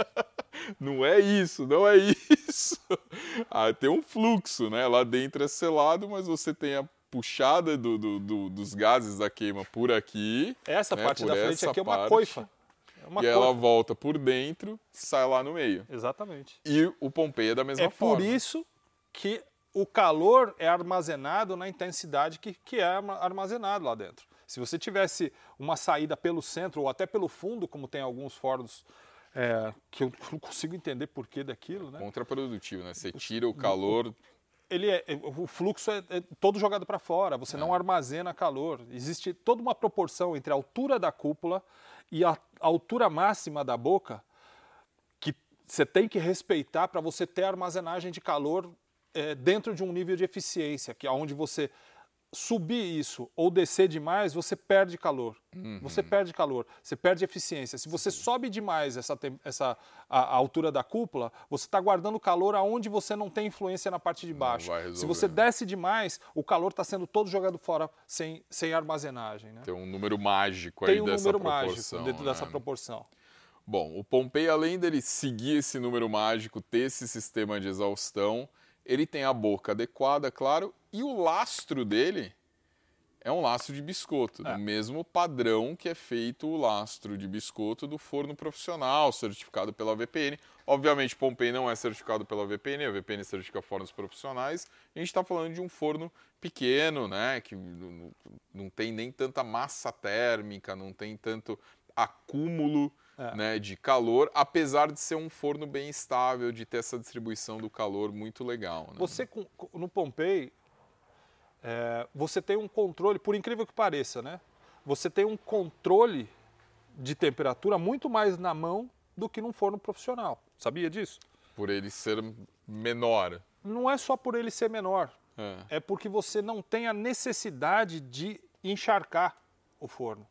Não é isso, não é isso. Ah, tem um fluxo, né? Lá dentro é selado, mas você tem a puxada do, do, do, dos gases da queima por aqui. Essa né, parte da frente aqui é uma parte, coifa. É uma e coifa. ela volta por dentro, sai lá no meio. Exatamente. E o Pompei é da mesma é forma. É por isso que o calor é armazenado na intensidade que, que é armazenado lá dentro. Se você tivesse uma saída pelo centro ou até pelo fundo, como tem alguns fornos, é, que eu não consigo entender porquê daquilo, né? Contraprodutivo, né? Você tira o calor... Ele é, o fluxo é, é todo jogado para fora, você é. não armazena calor. Existe toda uma proporção entre a altura da cúpula e a, a altura máxima da boca que você tem que respeitar para você ter armazenagem de calor é, dentro de um nível de eficiência, que é onde você subir isso ou descer demais, você perde calor. Uhum. Você perde calor, você perde eficiência. Se você sobe demais essa, essa, a, a altura da cúpula, você está guardando calor aonde você não tem influência na parte de baixo. Se você desce demais, o calor está sendo todo jogado fora sem, sem armazenagem. Né? Tem um número mágico aí tem um dessa número proporção. mágico dentro né? dessa proporção. Bom, o Pompei, além dele seguir esse número mágico, ter esse sistema de exaustão, ele tem a boca adequada, claro, e o lastro dele é um lastro de biscoito, é. do mesmo padrão que é feito o lastro de biscoito do forno profissional, certificado pela V P N. Obviamente, Pompei não é certificado pela V P N, a V P N certifica fornos profissionais. A gente está falando de um forno pequeno, né, que não tem nem tanta massa térmica, não tem tanto acúmulo é. né, de calor, apesar de ser um forno bem estável, de ter essa distribuição do calor muito legal. Né? Você, no Pompei, É, você tem um controle, por incrível que pareça, né? Você tem um controle de temperatura muito mais na mão do que num forno profissional. Sabia disso? Por ele ser menor. Não é só por ele ser menor. É, é porque você não tem a necessidade de encharcar o forno.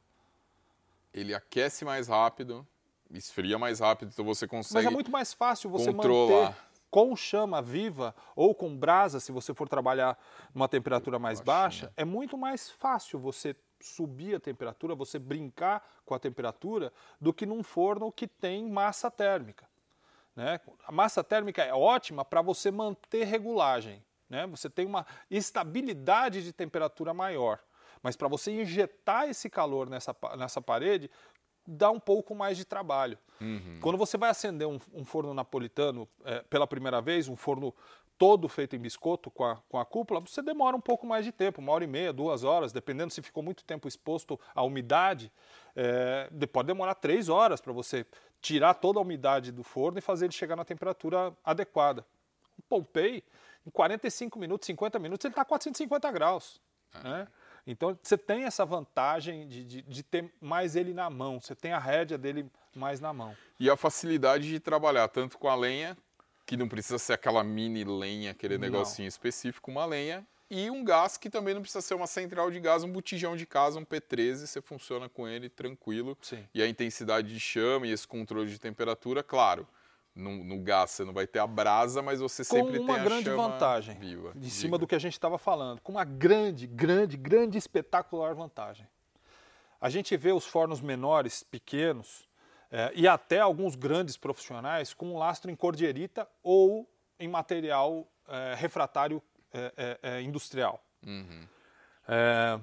Ele aquece mais rápido, esfria mais rápido, então você consegue Mas é muito mais fácil você controlar. manter com chama viva ou com brasa, se você for trabalhar numa temperatura mais Poxa, baixa, né? É muito mais fácil você subir a temperatura, você brincar com a temperatura, do que num forno que tem massa térmica. Né? A massa térmica é ótima para você manter regulagem. Né? Você tem uma estabilidade de temperatura maior. Mas para você injetar esse calor nessa, nessa parede, dá um pouco mais de trabalho. Uhum. Quando você vai acender um, um forno napolitano é, pela primeira vez, um forno todo feito em biscoito com a, com a cúpula, você demora um pouco mais de tempo, uma hora e meia, duas horas, dependendo se ficou muito tempo exposto à umidade, é, pode demorar três horas para você tirar toda a umidade do forno e fazer ele chegar na temperatura adequada. O Pompei, em quarenta e cinco minutos, cinquenta minutos, ele está a quatrocentos e cinquenta graus. Ah. Né? Então, você tem essa vantagem de, de, de ter mais ele na mão, você tem a rédea dele mais na mão. E a facilidade de trabalhar tanto com a lenha, que não precisa ser aquela mini lenha, aquele não. negocinho específico, uma lenha, e um gás que também não precisa ser uma central de gás, um botijão de casa, um P treze, você funciona com ele tranquilo. Sim. E a intensidade de chama e esse controle de temperatura, claro, No, no gás você não vai ter a brasa, mas você com sempre tem a chama uma grande vantagem, viva. em cima do que a gente estava falando, com uma grande, grande, grande, espetacular vantagem. A gente vê os fornos menores, pequenos, é, e até alguns grandes profissionais com um lastro em cordierita ou em material é, refratário é, é, industrial. Uhum. É,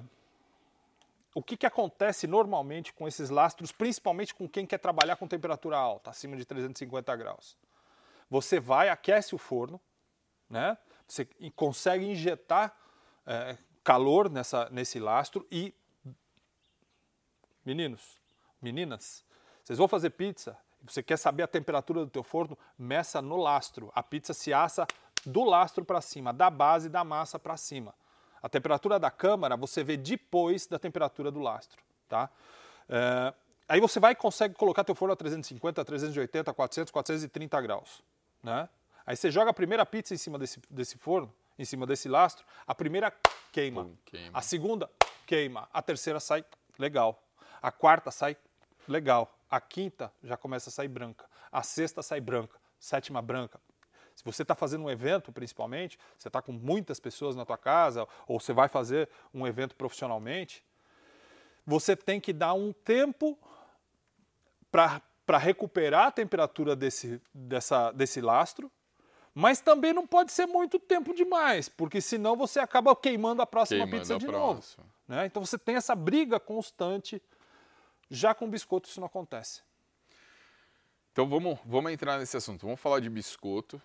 O que, que acontece normalmente com esses lastros, principalmente com quem quer trabalhar com temperatura alta, acima de trezentos e cinquenta graus? Você vai, aquece o forno, né? Você consegue injetar é, calor nessa, nesse lastro e, meninos, meninas, vocês vão fazer pizza, você quer saber a temperatura do teu forno, meça no lastro. A pizza se assa do lastro para cima, da base da massa para cima. A temperatura da câmara você vê depois da temperatura do lastro, tá? É, aí você vai e consegue colocar teu forno a trezentos e cinquenta, trezentos e oitenta, quatrocentos, quatrocentos e trinta graus, né? Aí você joga a primeira pizza em cima desse, desse forno, em cima desse lastro, a primeira queima, Pum, queima, a segunda queima, a terceira sai legal, a quarta sai legal, a quinta já começa a sair branca, a sexta sai branca, sétima branca. Se você está fazendo um evento, principalmente, você está com muitas pessoas na tua casa, ou você vai fazer um evento profissionalmente, você tem que dar um tempo para recuperar a temperatura desse, dessa, desse lastro, mas também não pode ser muito tempo demais, porque senão você acaba queimando a próxima queimando pizza de novo. Né? Então você tem essa briga constante, já com biscoito isso não acontece. Então vamos, vamos entrar nesse assunto, vamos falar de biscoito.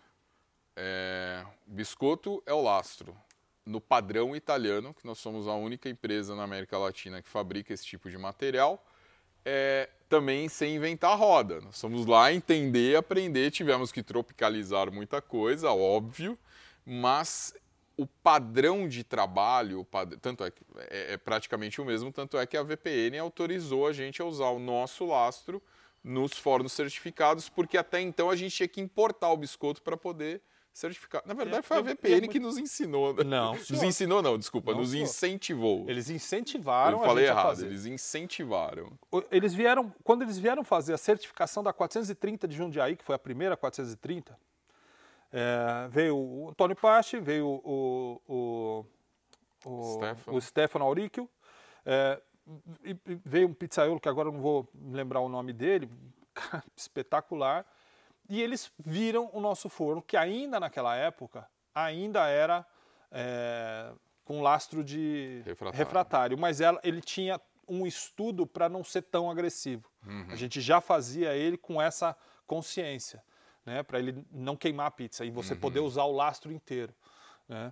É, biscoito é o lastro no padrão italiano, que nós somos a única empresa na América Latina que fabrica esse tipo de material, é, também sem inventar a roda. Nós fomos lá entender, aprender, tivemos que tropicalizar muita coisa, óbvio, mas o padrão de trabalho, o pad... tanto é, que é, é praticamente o mesmo, tanto é que a V P N autorizou a gente a usar o nosso lastro nos fornos certificados, porque até então a gente tinha que importar o biscoito para poder certificado. Na verdade, foi Eu- a eu- V P N eu- que nos ensinou. Né? Não, Nos senhor. ensinou, não, desculpa, Não, nos senhor. incentivou. Eles incentivaram Eu a falei gente a errado, fazer. eles incentivaram. O- Eles vieram, quando eles vieram fazer a certificação da quatrocentos e trinta de Jundiaí, que foi a primeira quatrocentos e trinta, é, veio o Antônio Pache, veio o, o, o, Stefano. o Stefano Auricchio, é, e- e veio um pizzaiolo, que agora eu não vou lembrar o nome dele, cara, espetacular, e eles viram o nosso forno, que ainda naquela época, ainda era é, com lastro de Refratário. refratário, mas ela, ele tinha um estudo para não ser tão agressivo. Uhum. A gente já fazia ele com essa consciência, né, para ele não queimar a pizza e você Uhum. poder usar o lastro inteiro, né?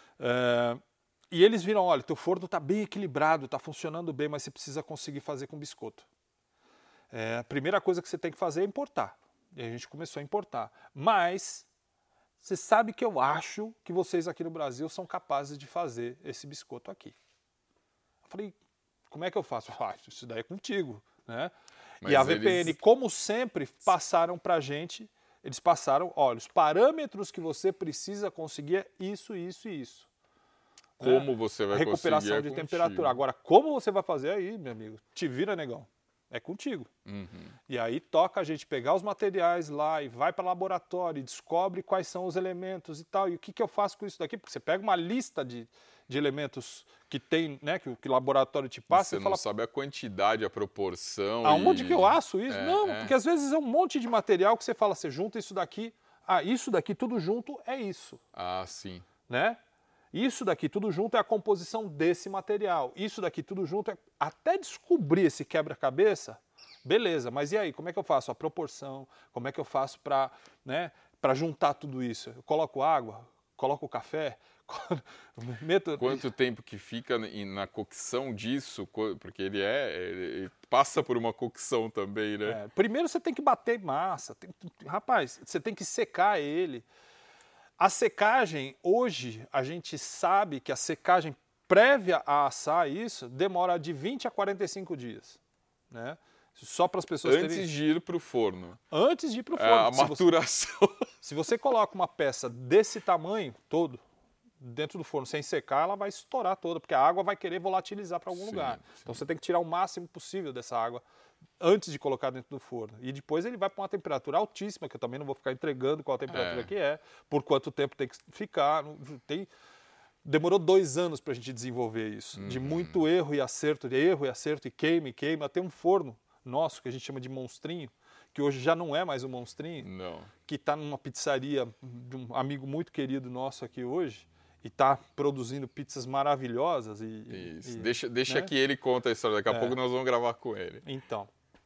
É, e eles viram, olha, teu forno está bem equilibrado, está funcionando bem, mas você precisa conseguir fazer com biscoito. É, a primeira coisa que você tem que fazer é importar. E a gente começou a importar. Mas você sabe que eu acho que vocês aqui no Brasil são capazes de fazer esse biscoito aqui. Eu falei, como é que eu faço? Ah, isso daí é contigo, né? Mas E a V P N, eles- como sempre, passaram para a gente, eles passaram, olha, os parâmetros que você precisa conseguir é isso, isso e isso. Como você vai Recuperação conseguir é de contigo. temperatura. Agora, como você vai fazer aí, meu amigo? Te vira, negão. É contigo. Uhum. E aí toca a gente pegar os materiais lá e vai para o laboratório e descobre quais são os elementos e tal. E o que, que eu faço com isso daqui? Porque você pega uma lista de, de elementos que tem, né, que o que o laboratório te passa Você e não fala, sabe a quantidade, a proporção. aonde e- que eu aço isso? É, não, é. porque às vezes é um monte de material que você fala, você junta isso daqui, ah, isso daqui tudo junto é isso, Ah, sim. né? Isso daqui tudo junto é a composição desse material. Isso daqui tudo junto é... Até descobrir esse quebra-cabeça, beleza, mas e aí, como é que eu faço a proporção? Como é que eu faço para, né, para juntar tudo isso? Eu coloco água? Coloco café? Meto... Quanto tempo que fica em- na cocção disso? Co- Porque ele é. Ele passa por uma cocção também, né? É, primeiro você tem que bater massa. Tem- rapaz, você tem que secar ele. A secagem, hoje, a gente sabe que a secagem prévia a assar isso demora de vinte a quarenta e cinco dias. Né? Só para as pessoas Antes terem... de ir para o forno. Antes de ir para o É forno. a Se você, maturação. se você coloca uma peça desse tamanho todo dentro do forno sem secar, ela vai estourar toda, porque a água vai querer volatilizar para algum Sim, lugar. sim. Então você tem que tirar o máximo possível dessa água antes de colocar dentro do forno. E depois ele vai para uma temperatura altíssima, que eu também não vou ficar entregando qual a temperatura É. que é, por quanto tempo tem que ficar. não- Tem... Demorou dois anos para a gente desenvolver isso. De Uhum. muito erro e acerto, de erro e acerto, e queima e queima. Tem um forno nosso, que a gente chama de monstrinho, que hoje já não é mais um monstrinho, Não. que está numa pizzaria de um amigo muito querido nosso aqui hoje, e está produzindo pizzas maravilhosas. E, Isso. e- deixa deixa né? que ele conta a história. Daqui a É. pouco nós vamos gravar com ele. Então.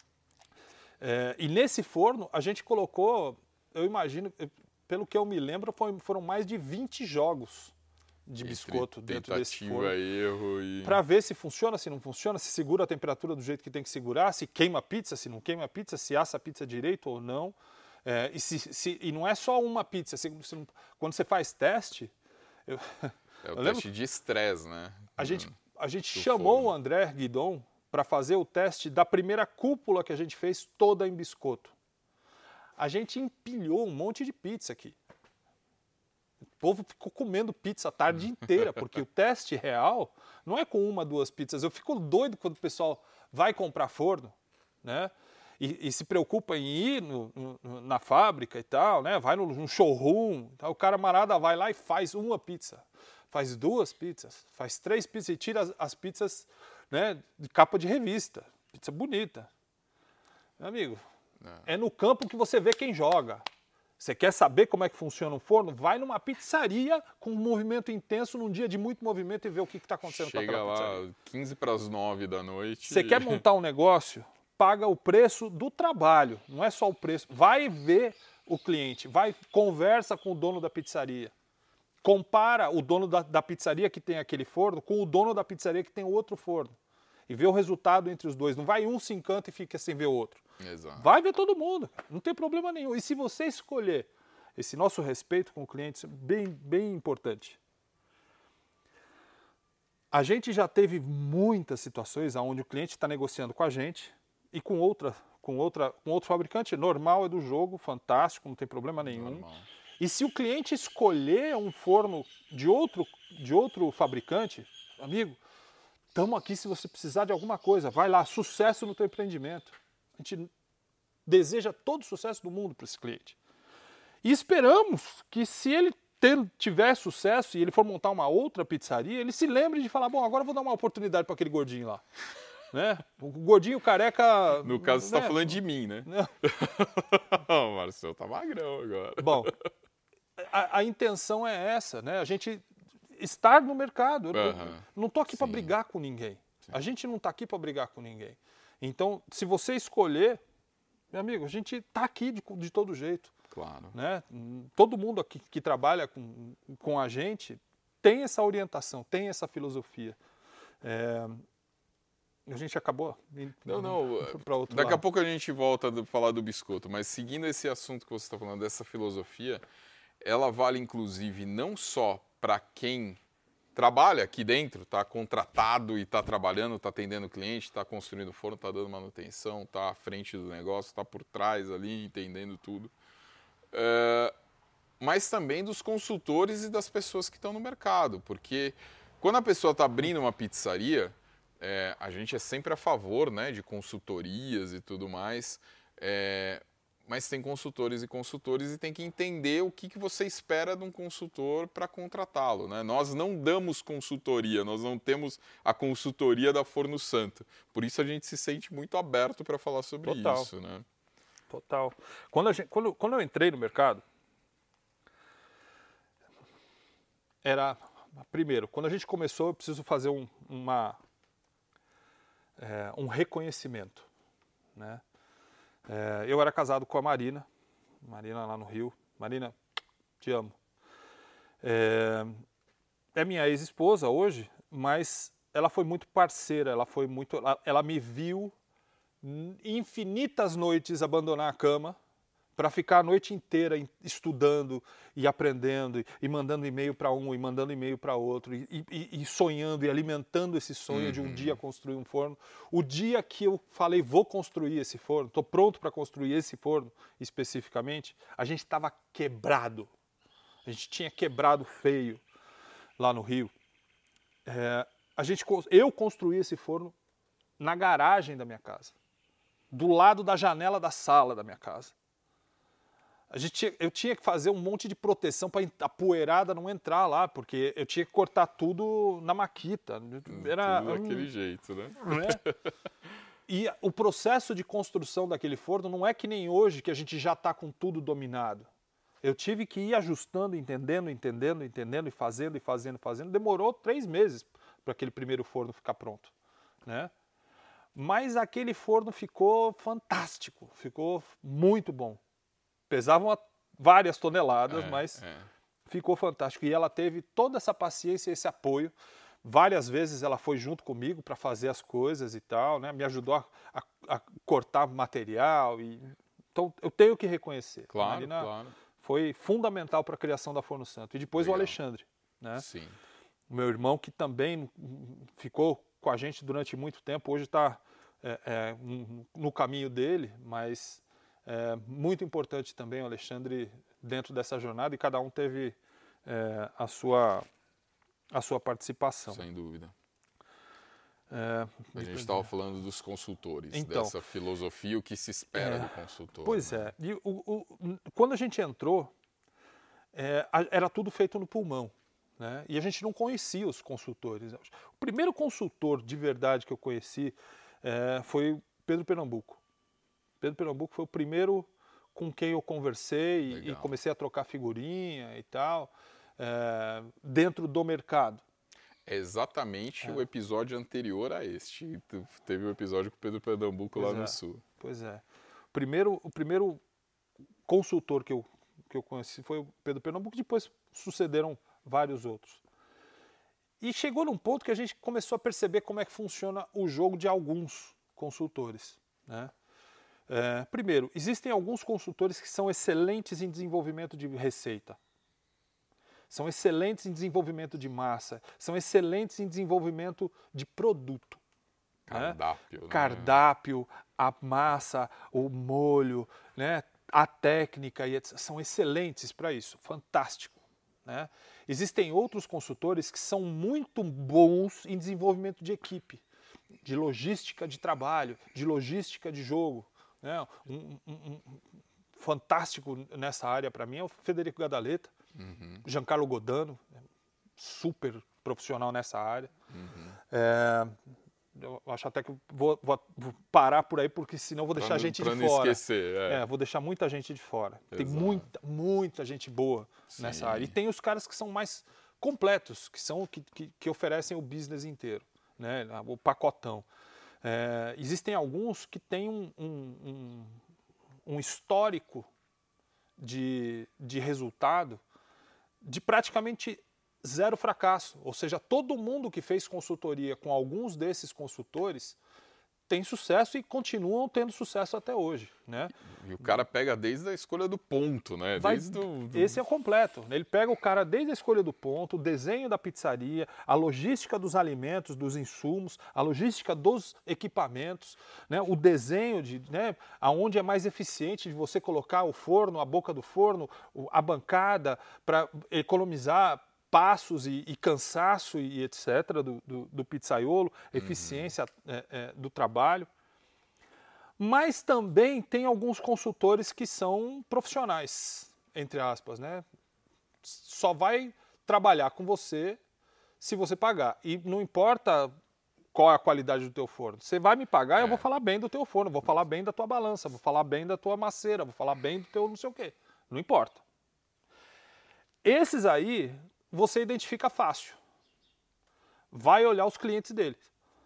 É, e nesse forno, a gente colocou, eu imagino, eu- pelo que eu me lembro, foi- foram mais de vinte jogos de Entre biscoito dentro desse tentativa, forno. erro e. Para ver se funciona, se não funciona, se segura a temperatura do jeito que tem que segurar, se queima a pizza, se não queima a pizza, se assa a pizza direito ou não. É, e, se, se- e não é só uma pizza. se- se não- quando você faz teste, eu- É o eu lembro- teste de estresse, né? a gente, a gente do chamou forno. o André Guidon para fazer o teste da primeira cúpula que a gente fez toda em biscoito. A gente empilhou um monte de pizza aqui. O povo ficou comendo pizza a tarde inteira, porque o teste real não é com uma, duas pizzas. Eu fico doido quando o pessoal vai comprar forno, né? E, e se preocupa em ir no- no- na fábrica e tal, né? Vai no, no showroom, tal. O camarada vai lá e faz uma pizza, faz duas pizzas, faz três pizzas e tira as, as pizzas, né, de capa de revista. Pizza bonita. Meu amigo, é no campo que você vê quem joga. Você quer saber como é que funciona um forno? Vai numa pizzaria com um movimento intenso num dia de muito movimento e vê o que está acontecendo com Chega aquela pizzaria. lá quinze para as nove da noite. Você e- quer montar um negócio? Paga o preço do trabalho, não é só o preço. Vai ver o cliente, vai conversa com o dono da pizzaria. Compara o dono da, da pizzaria que tem aquele forno com o dono da pizzaria que tem o outro forno. E vê o resultado entre os dois. Não vai um se encanta e fica sem ver o outro. Exato. Vai ver todo mundo, cara. Não tem problema nenhum. E se você escolher esse nosso respeito com o cliente, isso é bem, bem importante. A gente já teve muitas situações onde o cliente está negociando com a gente e com outra, com outra, com outro fabricante. Normal, é do jogo, fantástico, não tem problema nenhum. Normal. E se o cliente escolher um forno de outro, de outro fabricante, amigo, estamos aqui se você precisar de alguma coisa. Vai lá, sucesso no teu empreendimento. A gente deseja todo o sucesso do mundo para esse cliente. E esperamos que se ele ter, tiver sucesso e ele for montar uma outra pizzaria, ele se lembre de falar, bom, agora eu vou dar uma oportunidade para aquele gordinho lá. Né? O gordinho careca... No caso, você está né? falando de mim, né? O Marcelo tá magrão agora. Bom, a, a intenção é essa, né? A gente estar no mercado. Eu Uhum. não estou aqui para Sim. brigar com ninguém. Sim. A gente não está aqui para brigar com ninguém. Então, se você escolher, meu amigo, a gente está aqui de, de todo jeito. Claro. Né? Todo mundo aqui que trabalha com, com a gente tem essa orientação, tem essa filosofia. É, a gente acabou indo Não, não. para outro Daqui lado. a pouco a gente volta a falar do biscoito, mas seguindo esse assunto que você está falando, dessa filosofia, ela vale inclusive não só para quem trabalha aqui dentro, está contratado e está trabalhando, está atendendo o cliente, está construindo forno, está dando manutenção, está à frente do negócio, está por trás ali, entendendo tudo. É, mas também dos consultores e das pessoas que estão no mercado, porque quando a pessoa está abrindo uma pizzaria, é, a gente é sempre a favor, né, de consultorias e tudo mais, é, mas tem consultores e consultores e tem que entender o que, que você espera de um consultor para contratá-lo. Né? Nós não damos consultoria, nós não temos a consultoria da Forno Santo, por isso a gente se sente muito aberto para falar sobre Total. isso. Né? Total. Quando, a gente, quando, quando eu entrei no mercado, era... Primeiro, quando a gente começou, eu preciso fazer um, uma, é, um reconhecimento. Né? É, eu era casado com a Marina, Marina lá no Rio. Marina, te amo. É, é minha ex-esposa hoje, mas ela foi muito parceira, ela, foi muito, ela, ela me viu infinitas noites abandonar a cama para ficar a noite inteira estudando e aprendendo e mandando e-mail para um e mandando e-mail para outro e, e, e sonhando e alimentando esse sonho uhum. de um dia construir um forno. O dia que eu falei vou construir esse forno, estou pronto para construir esse forno especificamente, a gente estava quebrado. A gente tinha quebrado feio lá no Rio. É, a gente, eu construí esse forno na garagem da minha casa, do lado da janela da sala da minha casa. A gente tinha, eu tinha que fazer um monte de proteção para a poeirada não entrar lá, porque eu tinha que cortar tudo na maquita. Era, tudo daquele um, jeito, né? né? E o processo de construção daquele forno não é que nem hoje, que a gente já está com tudo dominado. Eu tive que ir ajustando, entendendo, entendendo, entendendo, e fazendo, e fazendo, fazendo. Demorou três meses para aquele primeiro forno ficar pronto, né? Mas aquele forno ficou fantástico, ficou muito bom. Pesavam várias toneladas, é, mas é. ficou fantástico. E ela teve toda essa paciência e esse apoio. Várias vezes ela foi junto comigo para fazer as coisas e tal, né? Me ajudou a, a, a cortar material. E... Então eu tenho que reconhecer. Claro, a Marina claro. foi fundamental para a criação da Forno Santo. E depois Legal. o Alexandre, né? Sim. O meu irmão, que também ficou com a gente durante muito tempo, hoje está é, é, no caminho dele, mas é muito importante também o Alexandre dentro dessa jornada, e cada um teve é, a, sua, a sua participação. Sem dúvida. É, a gente estava falando dos consultores, então, dessa filosofia, o que se espera é, do consultor. Pois né? é. E o, o, quando a gente entrou, é, era tudo feito no pulmão. Né? E a gente não conhecia os consultores. O primeiro consultor de verdade que eu conheci é, foi o Pedro Pernambuco. Pedro Pernambuco foi o primeiro com quem eu conversei e, e comecei a trocar figurinha e tal, é, dentro do mercado. É exatamente é. o episódio anterior a este. Teve o um episódio com o Pedro Pernambuco pois lá é, no Sul. Pois é. O primeiro, o primeiro consultor que eu, que eu conheci foi o Pedro Pernambuco, depois sucederam vários outros. E chegou num ponto que a gente começou a perceber como é que funciona o jogo de alguns consultores. Né? É, primeiro, existem alguns consultores que são excelentes em desenvolvimento de receita. São excelentes em desenvolvimento de massa. São excelentes em desenvolvimento de produto. Cardápio. Né? Né? Cardápio, a massa, o molho, né? a técnica e etcétera são excelentes para isso, fantástico. Né? Existem outros consultores que são muito bons em desenvolvimento de equipe, de logística de trabalho, de logística de jogo. Né? Um, um, um, fantástico nessa área para mim é o Federico Gadaleta, uhum. Giancarlo Godano, super profissional nessa área. Uhum. É, eu acho até que vou, vou, vou parar por aí, porque senão vou deixar pra, gente pra de não fora. Esquecer, é. É, vou deixar muita gente de fora. Exato. Tem muita, muita gente boa Sim. nessa área. E tem os caras que são mais completos, que são que, que, que oferecem o business inteiro, né? O pacotão. É, existem alguns que têm um, um, um, um histórico de, de resultado de praticamente zero fracasso. Ou seja, todo mundo que fez consultoria com alguns desses consultores tem sucesso e continuam tendo sucesso até hoje. Né? E o cara pega desde a escolha do ponto, né? Vai, desde do, do... Esse é o completo. Ele pega o cara desde a escolha do ponto, o desenho da pizzaria, a logística dos alimentos, dos insumos, a logística dos equipamentos, né? O desenho de né? aonde é mais eficiente de você colocar o forno, a boca do forno, a bancada, para economizar passos e, e cansaço e etcétera do, do, do pizzaiolo, eficiência uhum. é, é, do trabalho. Mas também tem alguns consultores que são profissionais, entre aspas, né? Só vai trabalhar com você se você pagar. E não importa qual é a qualidade do teu forno. Você vai me pagar, é. eu vou falar bem do teu forno, vou falar bem da tua balança, vou falar bem da tua maceira, vou falar bem do teu não sei o quê. Não importa. Esses aí você identifica fácil. Vai olhar os clientes deles.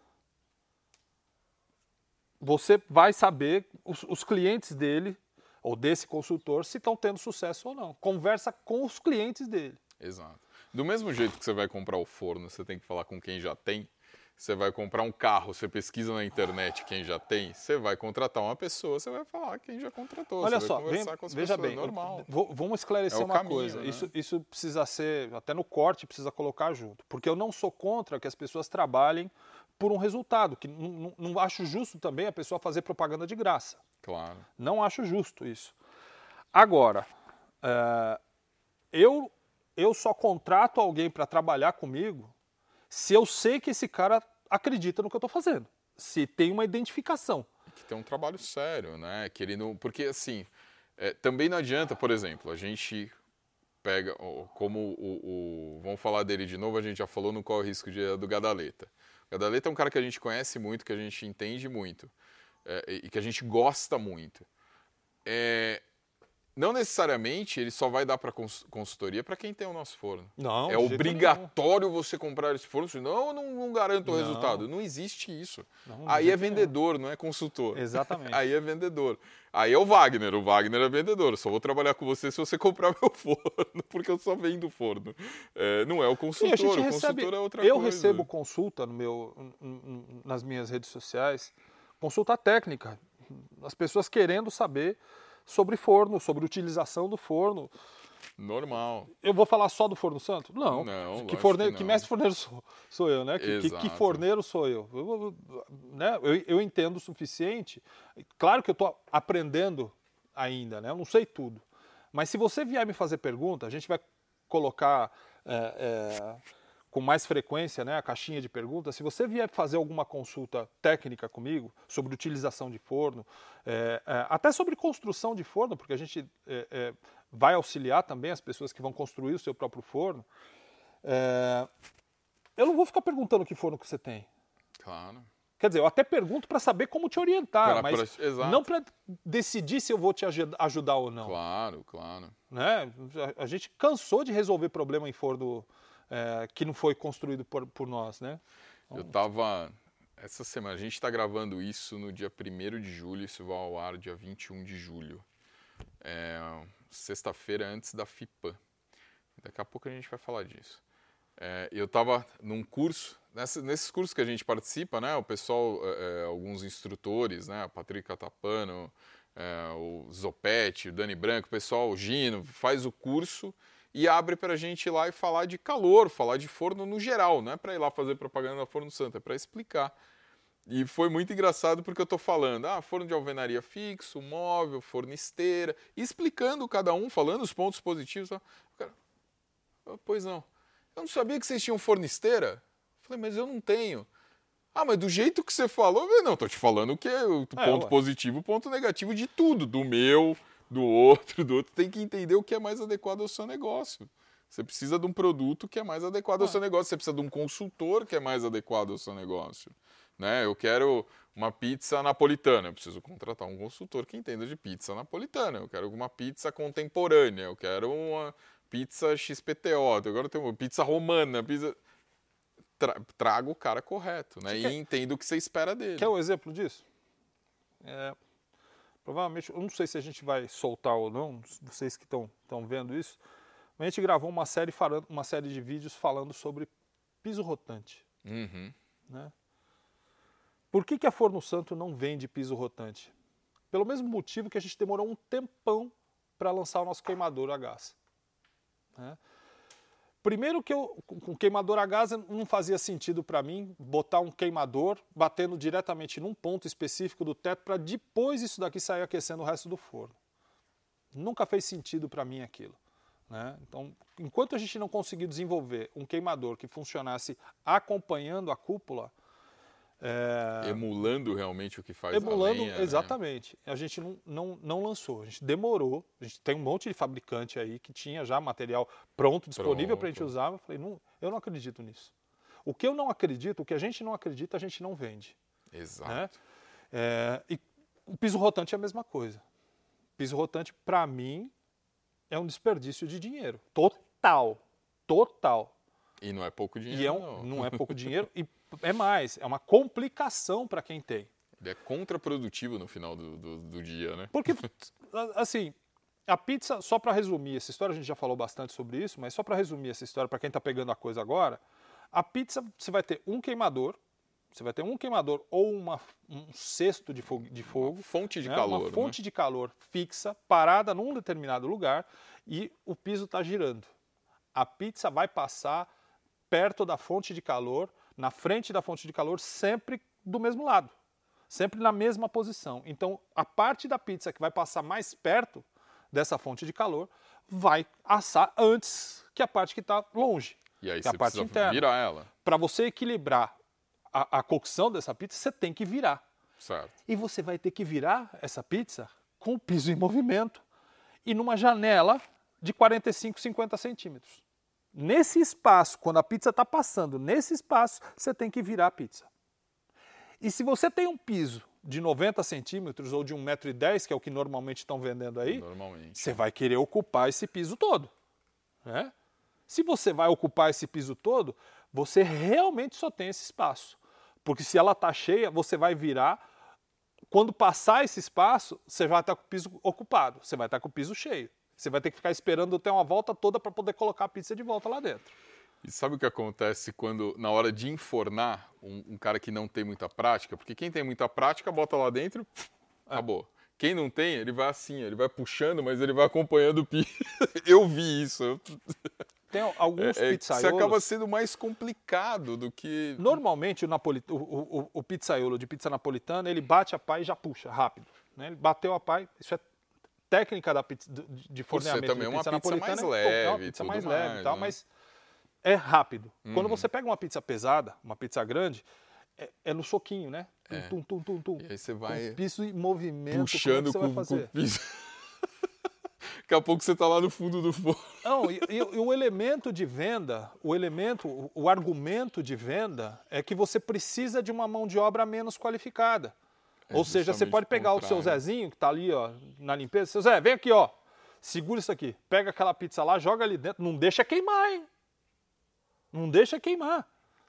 Você vai saber os, os clientes dele, ou desse consultor, se estão tendo sucesso ou não. Conversa com os clientes dele. Exato. Do mesmo jeito que você vai comprar o forno, você tem que falar com quem já tem. Você vai comprar um carro, você pesquisa na internet quem já tem, você vai contratar uma pessoa, você vai falar quem já contratou. Olha você só, vai conversar vem, com as veja pessoas, bem, normal. Vou, vamos esclarecer é uma caminho, coisa. Né? Isso, isso precisa ser, até no corte, precisa colocar junto. Porque eu não sou contra que as pessoas trabalhem por um resultado, que não, não, não acho justo também a pessoa fazer propaganda de graça. Claro. Não acho justo isso. Agora, é, eu, eu só contrato alguém para trabalhar comigo se eu sei que esse cara acredita no que eu estou fazendo. Se tem uma identificação. Que tem um trabalho sério, né? Que ele não, porque, assim, é, também não adianta, por exemplo, a gente pega, como o, o... Vamos falar dele de novo, a gente já falou no Qual é o Risco de, do Gadaleta. O Gadaleta é um cara que a gente conhece muito, que a gente entende muito, é, e que a gente gosta muito. É... Não necessariamente ele só vai dar para consultoria para quem tem o nosso forno. Não, é obrigatório você comprar esse forno, senão eu não, não garanto o não. resultado. Não existe isso. Não, Aí é vendedor, não. não é consultor. Exatamente. Aí é vendedor. Aí é o Wagner. O Wagner é vendedor. Eu só vou trabalhar com você se você comprar meu forno, porque eu só vendo forno. É, não é o consultor. Sim, a gente o recebe, consultor é outra eu coisa. Eu recebo consulta no meu, nas minhas redes sociais, consulta técnica. As pessoas querendo saber sobre forno, sobre utilização do forno. Normal. Eu vou falar só do Forno Santo? Não. Não, que, forneiro, que, que mestre forneiro sou, sou eu, né? Que, que, que forneiro sou eu? Eu, né? eu? Eu entendo o suficiente. Claro que eu estou aprendendo ainda, né? Eu não sei tudo. Mas se você vier me fazer pergunta, a gente vai colocar é, é, com mais frequência, né, a caixinha de perguntas. Se você vier fazer alguma consulta técnica comigo sobre utilização de forno, é, é, até sobre construção de forno, porque a gente é, é, vai auxiliar também as pessoas que vão construir o seu próprio forno, é, eu não vou ficar perguntando que forno que você tem. Claro. Quer dizer, eu até pergunto para saber como te orientar, pra, mas pra, não para decidir se eu vou te ajudar ou não. Claro, claro. Né? A gente cansou de resolver problema em forno É, que não foi construído por, por nós, né? Então... Eu tava... Essa semana, a gente está gravando isso no dia primeiro de julho, isso vai ao ar dia vinte e um de julho. É, sexta-feira antes da FIPAM. Daqui a pouco a gente vai falar disso. É, eu estava num curso, nessa, nesses cursos que a gente participa, né? O pessoal, é, alguns instrutores, né? A Patrick Catapano, é, o Zopetti, o Dani Branco, o pessoal, o Gino, faz o curso e abre para a gente ir lá e falar de calor, falar de forno no geral, não é para ir lá fazer propaganda da Forno Santo, é para explicar. E foi muito engraçado porque eu tô falando, ah, forno de alvenaria fixo, móvel, forno esteira, explicando cada um, falando os pontos positivos. O cara, ah, pois não, eu não sabia que vocês tinham forno esteira. Falei, mas eu não tenho. Ah, mas do jeito que você falou, eu não, tô te falando o que é o É, ponto ué. positivo, o ponto negativo de tudo, do meu, do outro, do outro. Tem que entender o que é mais adequado ao seu negócio. Você precisa de um produto que é mais adequado ao Ah. seu negócio, você precisa de um consultor que é mais adequado ao seu negócio. Né? Eu quero uma pizza napolitana, eu preciso contratar um consultor que entenda de pizza napolitana. Eu quero uma pizza contemporânea, eu quero uma pizza X P T O, agora eu tenho uma pizza romana, pizza... Tra- traga o cara correto, né? Você E quer- entenda o que você espera dele. Quer um exemplo disso? É, provavelmente, eu não sei se a gente vai soltar ou não, vocês que estão vendo isso, mas a gente gravou uma série, falando, uma série de vídeos falando sobre piso rotante. Uhum. Né? Por que, que a Forno Santo não vende piso rotante? Pelo mesmo motivo que a gente demorou um tempão para lançar o nosso queimador a gás. Né? Primeiro que eu, com queimador a gás não fazia sentido para mim botar um queimador batendo diretamente num ponto específico do teto para depois isso daqui sair aquecendo o resto do forno. Nunca fez sentido para mim aquilo. Né? Então, enquanto a gente não conseguir desenvolver um queimador que funcionasse acompanhando a cúpula, É... emulando realmente o que faz Emulando, a lenha, exatamente. Né? A gente não, não, não lançou, a gente demorou. A gente tem um monte de fabricante aí que tinha já material pronto, disponível para a gente usar. Eu falei, não, eu não acredito nisso. O que eu não acredito, o que a gente não acredita, a gente não vende. Exato. Né? É... E o piso rotante é a mesma coisa. Piso rotante, para mim, é um desperdício de dinheiro. Total. Total. E não é pouco dinheiro, E é um, não. não é pouco dinheiro e é mais, é uma complicação para quem tem. Ele é contraprodutivo no final do, do, do dia, né? Porque, assim, a pizza, só para resumir essa história, a gente já falou bastante sobre isso, mas só para resumir essa história, para quem está pegando a coisa agora, a pizza, você vai ter um queimador, você vai ter um queimador ou uma, um cesto de fogo, de fogo Uma fonte de né? calor. Uma fonte né? de calor fixa, parada num determinado lugar e o piso está girando. A pizza vai passar perto da fonte de calor, na frente da fonte de calor, sempre do mesmo lado, sempre na mesma posição. Então, a parte da pizza que vai passar mais perto dessa fonte de calor vai assar antes que a parte que está longe, E aí que é você a parte precisa interna. virar ela. Para você equilibrar a, a cocção dessa pizza, você tem que virar. Certo. E você vai ter que virar essa pizza com o piso em movimento e numa janela de quarenta e cinco, cinquenta centímetros. Nesse espaço, quando a pizza está passando, nesse espaço, você tem que virar a pizza. E se você tem um piso de noventa centímetros ou de um metro e dez, que é o que normalmente estão vendendo aí, Normalmente. você vai querer ocupar esse piso todo. Né? Se você vai ocupar esse piso todo, você realmente só tem esse espaço. Porque se ela está cheia, você vai virar. Quando passar esse espaço, você vai estar com o piso ocupado, você vai estar com o piso cheio. Você vai ter que ficar esperando ter uma volta toda para poder colocar a pizza de volta lá dentro. E sabe o que acontece quando, na hora de enfornar, um, um cara que não tem muita prática? Porque quem tem muita prática, bota lá dentro e É. acabou. Quem não tem, ele vai assim, ele vai puxando, mas ele vai acompanhando o piso. Eu vi isso. Eu- Tem alguns É, é, pizzaiolos... isso acaba sendo mais complicado do que... Normalmente o, napoli... o, o, o, o pizzaiolo de pizza napolitana, ele bate a pá e já puxa, rápido. Né? Ele bateu a pá, isso é técnica da pizza, de- de Por ser forneamento também de uma pizza pizza napolitana. mais é, é uma leve e pizza tudo mais mais, leve e tal, né? mas é rápido. Quando Uhum. você pega uma pizza pesada, uma pizza grande, é, é no soquinho, né? Tum, É. tum, tum, tum, tum. E aí você Com vai o piso em movimento, puxando como é que com, você vai com fazer? o piso. Daqui a pouco você tá lá no fundo do forno. Não, e, e- e o elemento de venda, o elemento, o, o argumento de venda é que você precisa de uma mão de obra menos qualificada. É Ou seja, você justamente pode o pegar o seu contrário. Zezinho, que está ali ó, na limpeza, seu Zé, vem aqui, ó, segura isso aqui, pega aquela pizza lá, joga ali dentro, não deixa queimar, hein? Não deixa queimar.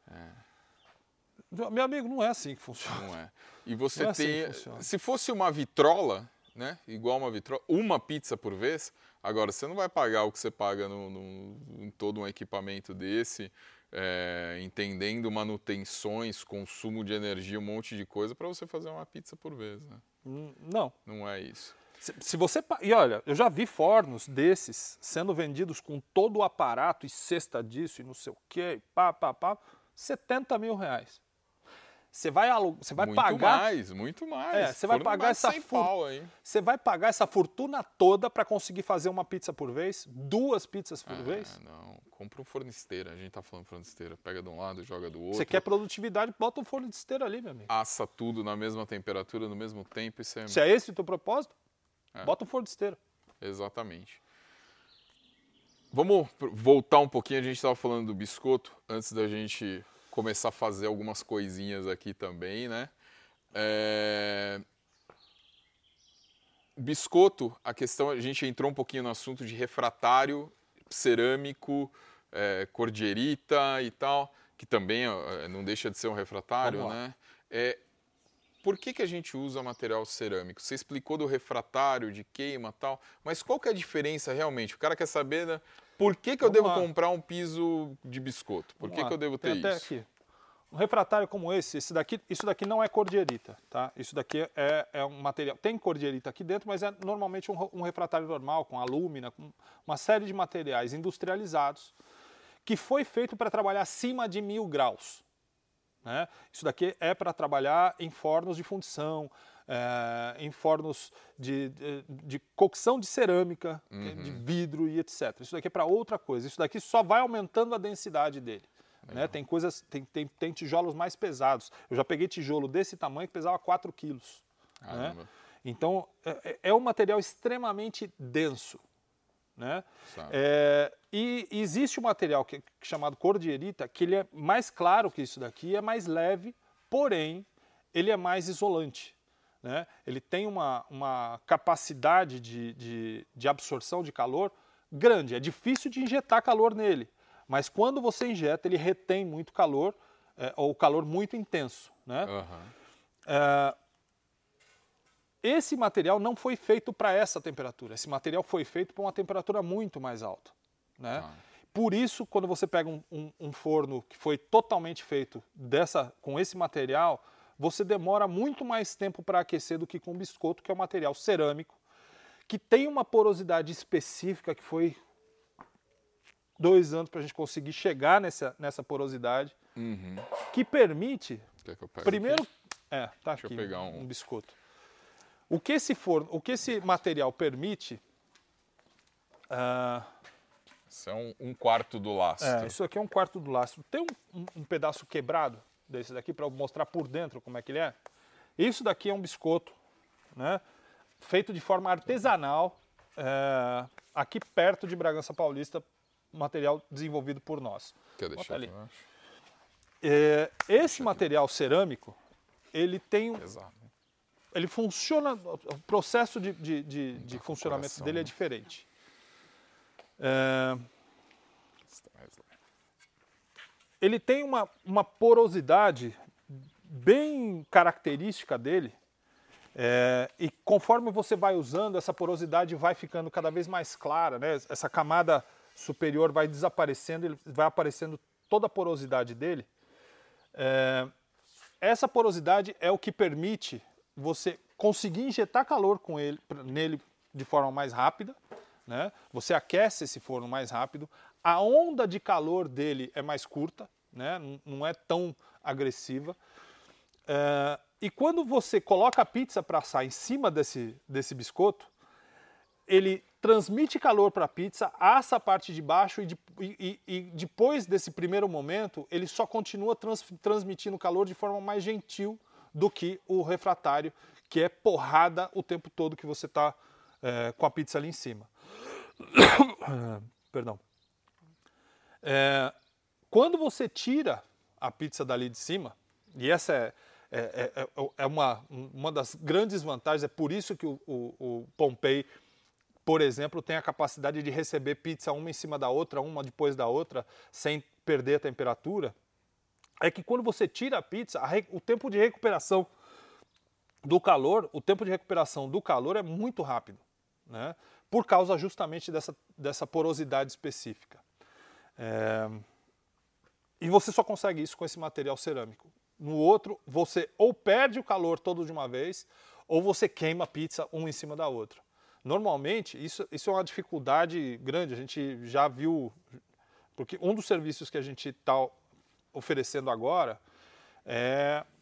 Meu amigo, não é assim que funciona. Não é. E você Não é assim que tem. funciona. Se fosse uma vitrola, né? Igual uma vitrola, uma pizza por vez, agora você não vai pagar o que você paga no, no- em todo um equipamento desse, é, entendendo manutenções, consumo de energia, um monte de coisa para você fazer uma pizza por vez, né? Hum, Não. Não é isso. Se, se você. pa- E olha, eu já vi fornos desses sendo vendidos com todo o aparato e cesta disso e não sei o quê, e pá, pá, pá, setenta mil reais. Você vai, alu... você vai muito pagar... mais, muito mais. É, você vai Forno pagar mais essa cem fu- pau aí. Você vai pagar essa fortuna toda para conseguir fazer uma pizza por vez? Duas pizzas por Ah, vez? não. Compra um forno de esteira. A gente tá falando forno de esteira. Pega de um lado, joga do outro. Você quer produtividade, bota um forno de esteira ali, meu amigo. Assa tudo na mesma temperatura, no mesmo tempo. Isso é... Se é esse o teu propósito, É. bota um forno de esteira. Exatamente. Vamos pr- voltar um pouquinho. A gente estava falando do biscoito antes da gente começar a fazer algumas coisinhas aqui também, né? É... Biscoito, a questão, a gente entrou um pouquinho no assunto de refratário, cerâmico, é, cordierita e tal, que também é, não deixa de ser um refratário, Vamos lá. né? É, por que, que a gente usa material cerâmico? Você explicou do refratário, de queima e tal, mas qual que é a diferença realmente? O cara quer saber, né? Por que, que eu Vamos devo lá. comprar um piso de biscoito? Por Vamos que, lá. que eu devo Tem ter até isso? aqui. Um refratário como esse, esse daqui, isso daqui não é cordierita, tá? Isso daqui é, é um material, tem cordierita aqui dentro, mas é normalmente um, ro- um refratário normal, com alúmina, com uma série de materiais industrializados, que foi feito para trabalhar acima de mil graus. Né? Isso daqui é para trabalhar em fornos de fundição, é, em fornos de, de, de cocção de cerâmica, de vidro e etcétera. Isso daqui é para outra coisa. Isso daqui só vai aumentando a densidade dele. Né? Tem coisas, tem, tem, tem tijolos mais pesados. Eu já peguei tijolo desse tamanho que pesava quatro quilos. Né? Caramba. Então, é, é um material extremamente denso. Né? Sabe. É, e existe um material que, que chamado cordierita, que ele é mais claro que isso daqui, é mais leve, porém, ele é mais isolante. Né? Ele tem uma, uma capacidade de, de, de absorção de calor grande. É difícil de injetar calor nele, mas quando você injeta, ele retém muito calor, é, ou calor muito intenso. Né? Aham. É, esse material não foi feito para essa temperatura. Esse material foi feito para uma temperatura muito mais alta. Né? Tá. Por isso, quando você pega um, um, um forno que foi totalmente feito dessa, com esse material, você demora muito mais tempo para aquecer do que com biscoito, que é um material cerâmico, que tem uma porosidade específica, que foi dois anos para a gente conseguir chegar nessa, nessa porosidade, Uhum. que permite, Quer que eu pegue primeiro, aqui? é, tá Deixa eu aqui, pegar um, um- um biscoito. O que esse forno, o que esse material permite, ah, Isso é um, um quarto do lastro. é, isso aqui é um quarto do lastro. Tem um, um, um pedaço quebrado desse daqui para eu mostrar por dentro como é que ele é. Isso daqui é um biscoito, né, feito de forma artesanal, é, aqui perto de Bragança Paulista, material desenvolvido por nós. Quer Bota deixar ali. aqui embaixo? É, esse material cerâmico, ele tem, um- Pesado. né? ele funciona, o processo de, de, de, de funcionamento corporação, dele é né? diferente. É, Esse tá mais leve. ele tem uma, uma porosidade bem característica dele, é, e conforme você vai usando, essa porosidade vai ficando cada vez mais clara, né? Essa camada superior vai desaparecendo, ele vai aparecendo toda a porosidade dele. É, essa porosidade é o que permite você conseguir injetar calor com ele, nele de forma mais rápida. Né? Você aquece esse forno mais rápido, a onda de calor dele é mais curta, né? Não, não é tão agressiva. É, e quando você coloca a pizza para assar em cima desse, desse biscoito, ele transmite calor para a pizza, assa a parte de baixo e, de, e, e depois desse primeiro momento, ele só continua trans, transmitindo calor de forma mais gentil do que o refratário, que é porrada o tempo todo que você está é, com a pizza ali em cima. Perdão. É, quando você tira a pizza dali de cima, e essa é, é, é, é uma, uma das grandes vantagens, é por isso que o, o, o Pompei, por exemplo, tem a capacidade de receber pizza uma em cima da outra, uma depois da outra, sem perder a temperatura, é que quando você tira a pizza, a re, o tempo de recuperação do calor, o tempo de recuperação do calor é muito rápido, né? Por causa justamente dessa, dessa porosidade específica. É, e você só consegue isso com esse material cerâmico. No outro, você ou perde o calor todo de uma vez, ou você queima a pizza uma em cima da outra. Normalmente, isso, isso é uma dificuldade grande, a gente já viu, porque um dos serviços que a gente está oferecendo agora é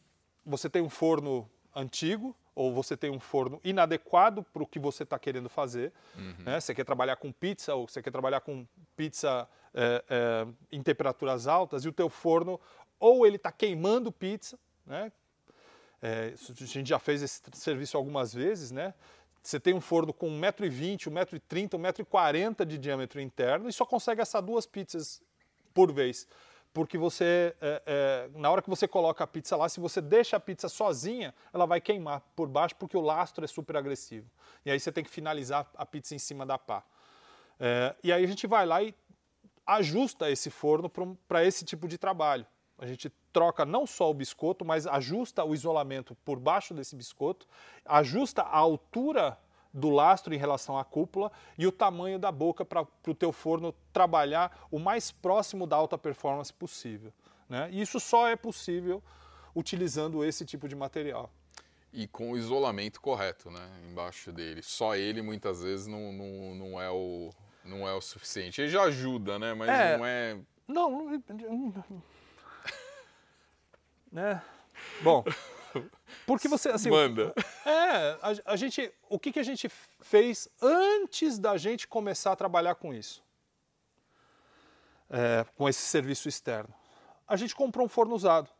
você tem um forno antigo, ou você tem um forno inadequado para o que você está querendo fazer. Uhum. Né? Você quer trabalhar com pizza, ou você quer trabalhar com pizza é, é, em temperaturas altas, e o teu forno, ou ele está queimando pizza, né? É, a gente já fez esse serviço algumas vezes, né? Você tem um forno com um metro e vinte, um metro e trinta, um metro e quarenta de diâmetro interno e só consegue assar duas pizzas por vez. Porque você, é, é, na hora que você coloca a pizza lá, se você deixa a pizza sozinha, ela vai queimar por baixo porque o lastro é super agressivo. E aí você tem que finalizar a pizza em cima da pá. É, e aí a gente vai lá e ajusta esse forno para esse tipo de trabalho. A gente troca não só o biscoito, mas ajusta o isolamento por baixo desse biscoito, ajusta a altura do lastro em relação à cúpula e o tamanho da boca para o teu forno trabalhar o mais próximo da alta performance possível. Né? E isso só é possível utilizando esse tipo de material. E com o isolamento correto, né? Embaixo dele. Só ele muitas vezes não, não, não, é, o, não é o suficiente. Ele já ajuda, né? Mas é, não é... Não, não... Né? Bom, porque você assim, manda. É, a, a gente, o que, que a gente fez antes da gente começar a trabalhar com isso, é, com esse serviço externo? A gente comprou um forno usado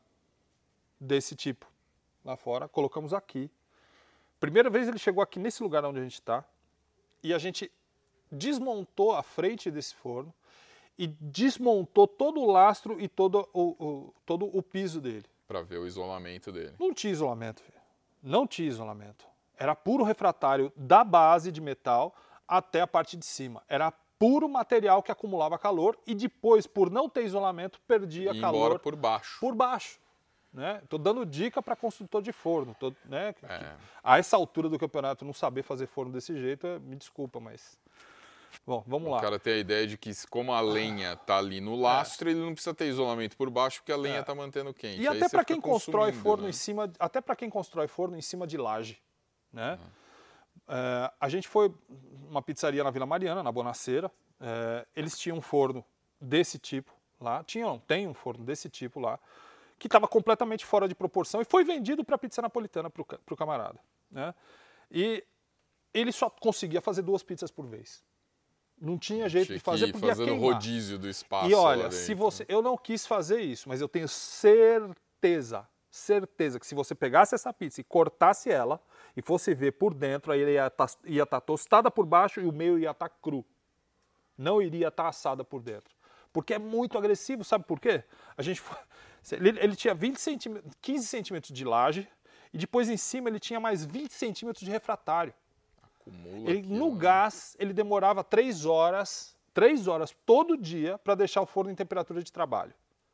desse tipo lá fora, colocamos aqui. Primeira vez ele chegou aqui nesse lugar onde a gente está e a gente desmontou a frente desse forno e desmontou todo o lastro e todo o, o, todo o piso dele. Para ver o isolamento dele. Não tinha isolamento, filho. Não tinha isolamento. Era puro refratário da base de metal até a parte de cima. Era puro material que acumulava calor e depois, por não ter isolamento, perdia e calor. Embora por baixo. Por baixo. Né? Tô dando dica para construtor de forno. Tô, né? É. A essa altura do campeonato, não saber fazer forno desse jeito, me desculpa, mas... Bom, vamos lá. O cara tem a ideia de que como a lenha está ali no lastro, é. ele não precisa ter isolamento por baixo porque a lenha está é. mantendo quente. E Aí até para quem constrói forno né? em cima, até para quem constrói forno em cima de laje, né? Uhum. É, a gente foi uma pizzaria na Vila Mariana, na Bonaceira. É, eles tinham um forno desse tipo lá, tinham, tem um forno desse tipo lá, que estava completamente fora de proporção e foi vendido para pizza napolitana para o camarada, né? E ele só conseguia fazer duas pizzas por vez. Não tinha jeito tinha de fazer porque ia fazendo queimar. Rodízio do espaço. E olha, se você, eu não quis fazer isso, mas eu tenho certeza, certeza que se você pegasse essa pizza e cortasse ela e fosse ver por dentro, aí ela ia estar ia tá tostada por baixo e o meio ia estar tá cru. Não iria estar tá assada por dentro. Porque é muito agressivo, sabe por quê? A gente foi, ele, ele tinha vinte centímetros, quinze centímetros de laje e depois em cima ele tinha mais vinte centímetros de refratário. Ele, aqui, no né? gás, ele demorava três horas, três horas todo dia para deixar o forno em temperatura de trabalho.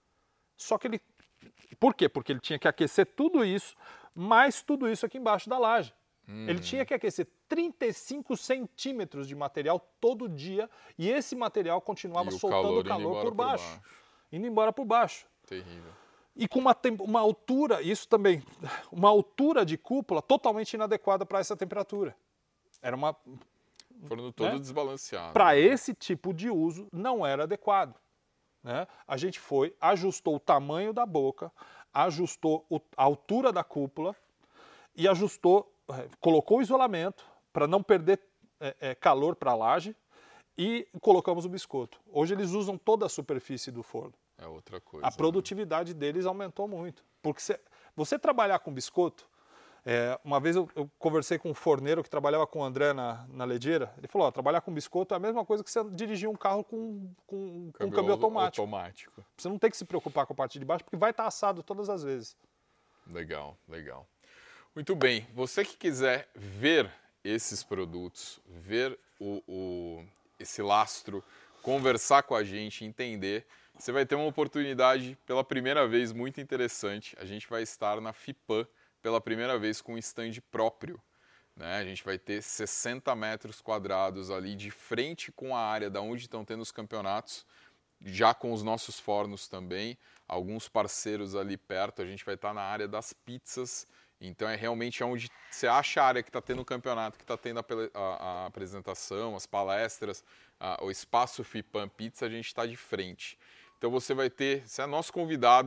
Só que ele... Por quê? Porque ele tinha que aquecer tudo isso, mais tudo isso aqui embaixo da laje. Hum. Ele tinha que aquecer trinta e cinco centímetros de material todo dia e esse material continuava e soltando calor, calor por baixo, por baixo. Indo embora por baixo. Terrível. E com uma, uma altura, isso também, uma altura de cúpula totalmente inadequada para essa temperatura. Era uma... Forno todo né? desbalanceado. Para né? esse tipo de uso, não era adequado. Né? A gente foi, ajustou o tamanho da boca, ajustou o, a altura da cúpula e ajustou, colocou o isolamento para não perder é, é, calor para a laje e colocamos o biscoito. Hoje eles usam toda a superfície do forno. É outra coisa. A produtividade né? deles aumentou muito. Porque você, você trabalhar com biscoito... É, uma vez eu, eu conversei com um forneiro que trabalhava com o André na, na Ledeira. Ele falou, ó, trabalhar com biscoito é a mesma coisa que você dirigir um carro com, com, com um câmbio automático. automático. Você não tem que se preocupar com a parte de baixo, porque vai estar assado todas as vezes. Legal, legal. Muito bem, você que quiser ver esses produtos, ver o, o, esse lastro, conversar com a gente, entender, você vai ter uma oportunidade pela primeira vez muito interessante. A gente vai estar na FIPAM, pela primeira vez com um stand próprio. Né? A gente vai ter sessenta metros quadrados ali de frente com a área da onde estão tendo os campeonatos, já com os nossos fornos também, alguns parceiros ali perto, a gente vai estar na área das pizzas, então é realmente onde você acha a área que está tendo o campeonato, que está tendo a, a, a apresentação, as palestras, a, o espaço FIPAM Pizza, a gente está de frente. Então você vai ter, você é nosso convidado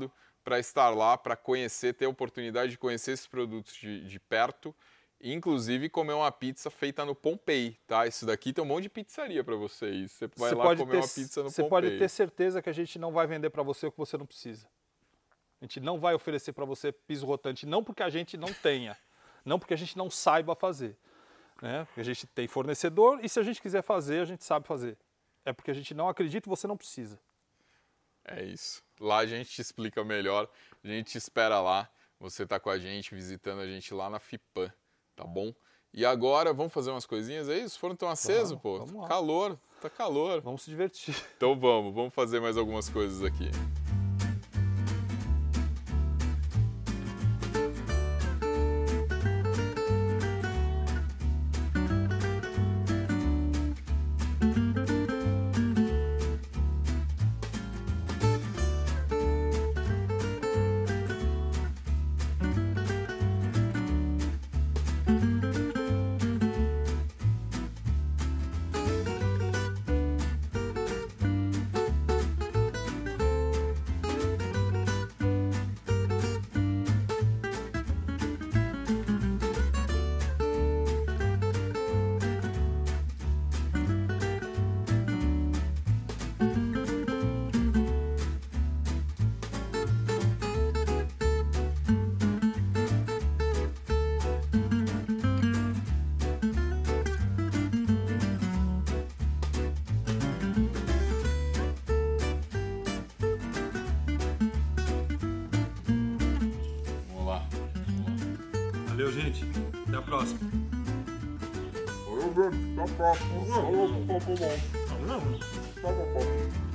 para estar lá, para conhecer, ter a oportunidade de conhecer esses produtos de, de perto, inclusive comer uma pizza feita no Pompei, tá? Isso daqui tem um monte de pizzaria para vocês. Você vai Você lá pode comer ter, uma pizza no você Pompei. pode ter certeza que a gente não vai vender para você o que você não precisa. A gente não vai oferecer para você piso rotante, não porque a gente não tenha, não porque a gente não saiba fazer. Né? Porque a gente tem fornecedor e se a gente quiser fazer, a gente sabe fazer. É porque a gente não acredita e você não precisa. É isso. Lá a gente te explica melhor, a gente te espera lá. Você tá com a gente, visitando a gente lá na FIPAM, tá bom? E agora, vamos fazer umas coisinhas aí? Os fornos estão acesos, Vamos, pô. vamos lá. Calor, tá calor. Vamos se divertir. Então vamos, vamos fazer mais algumas coisas aqui. Valeu, gente. Até a próxima. Até a próxima.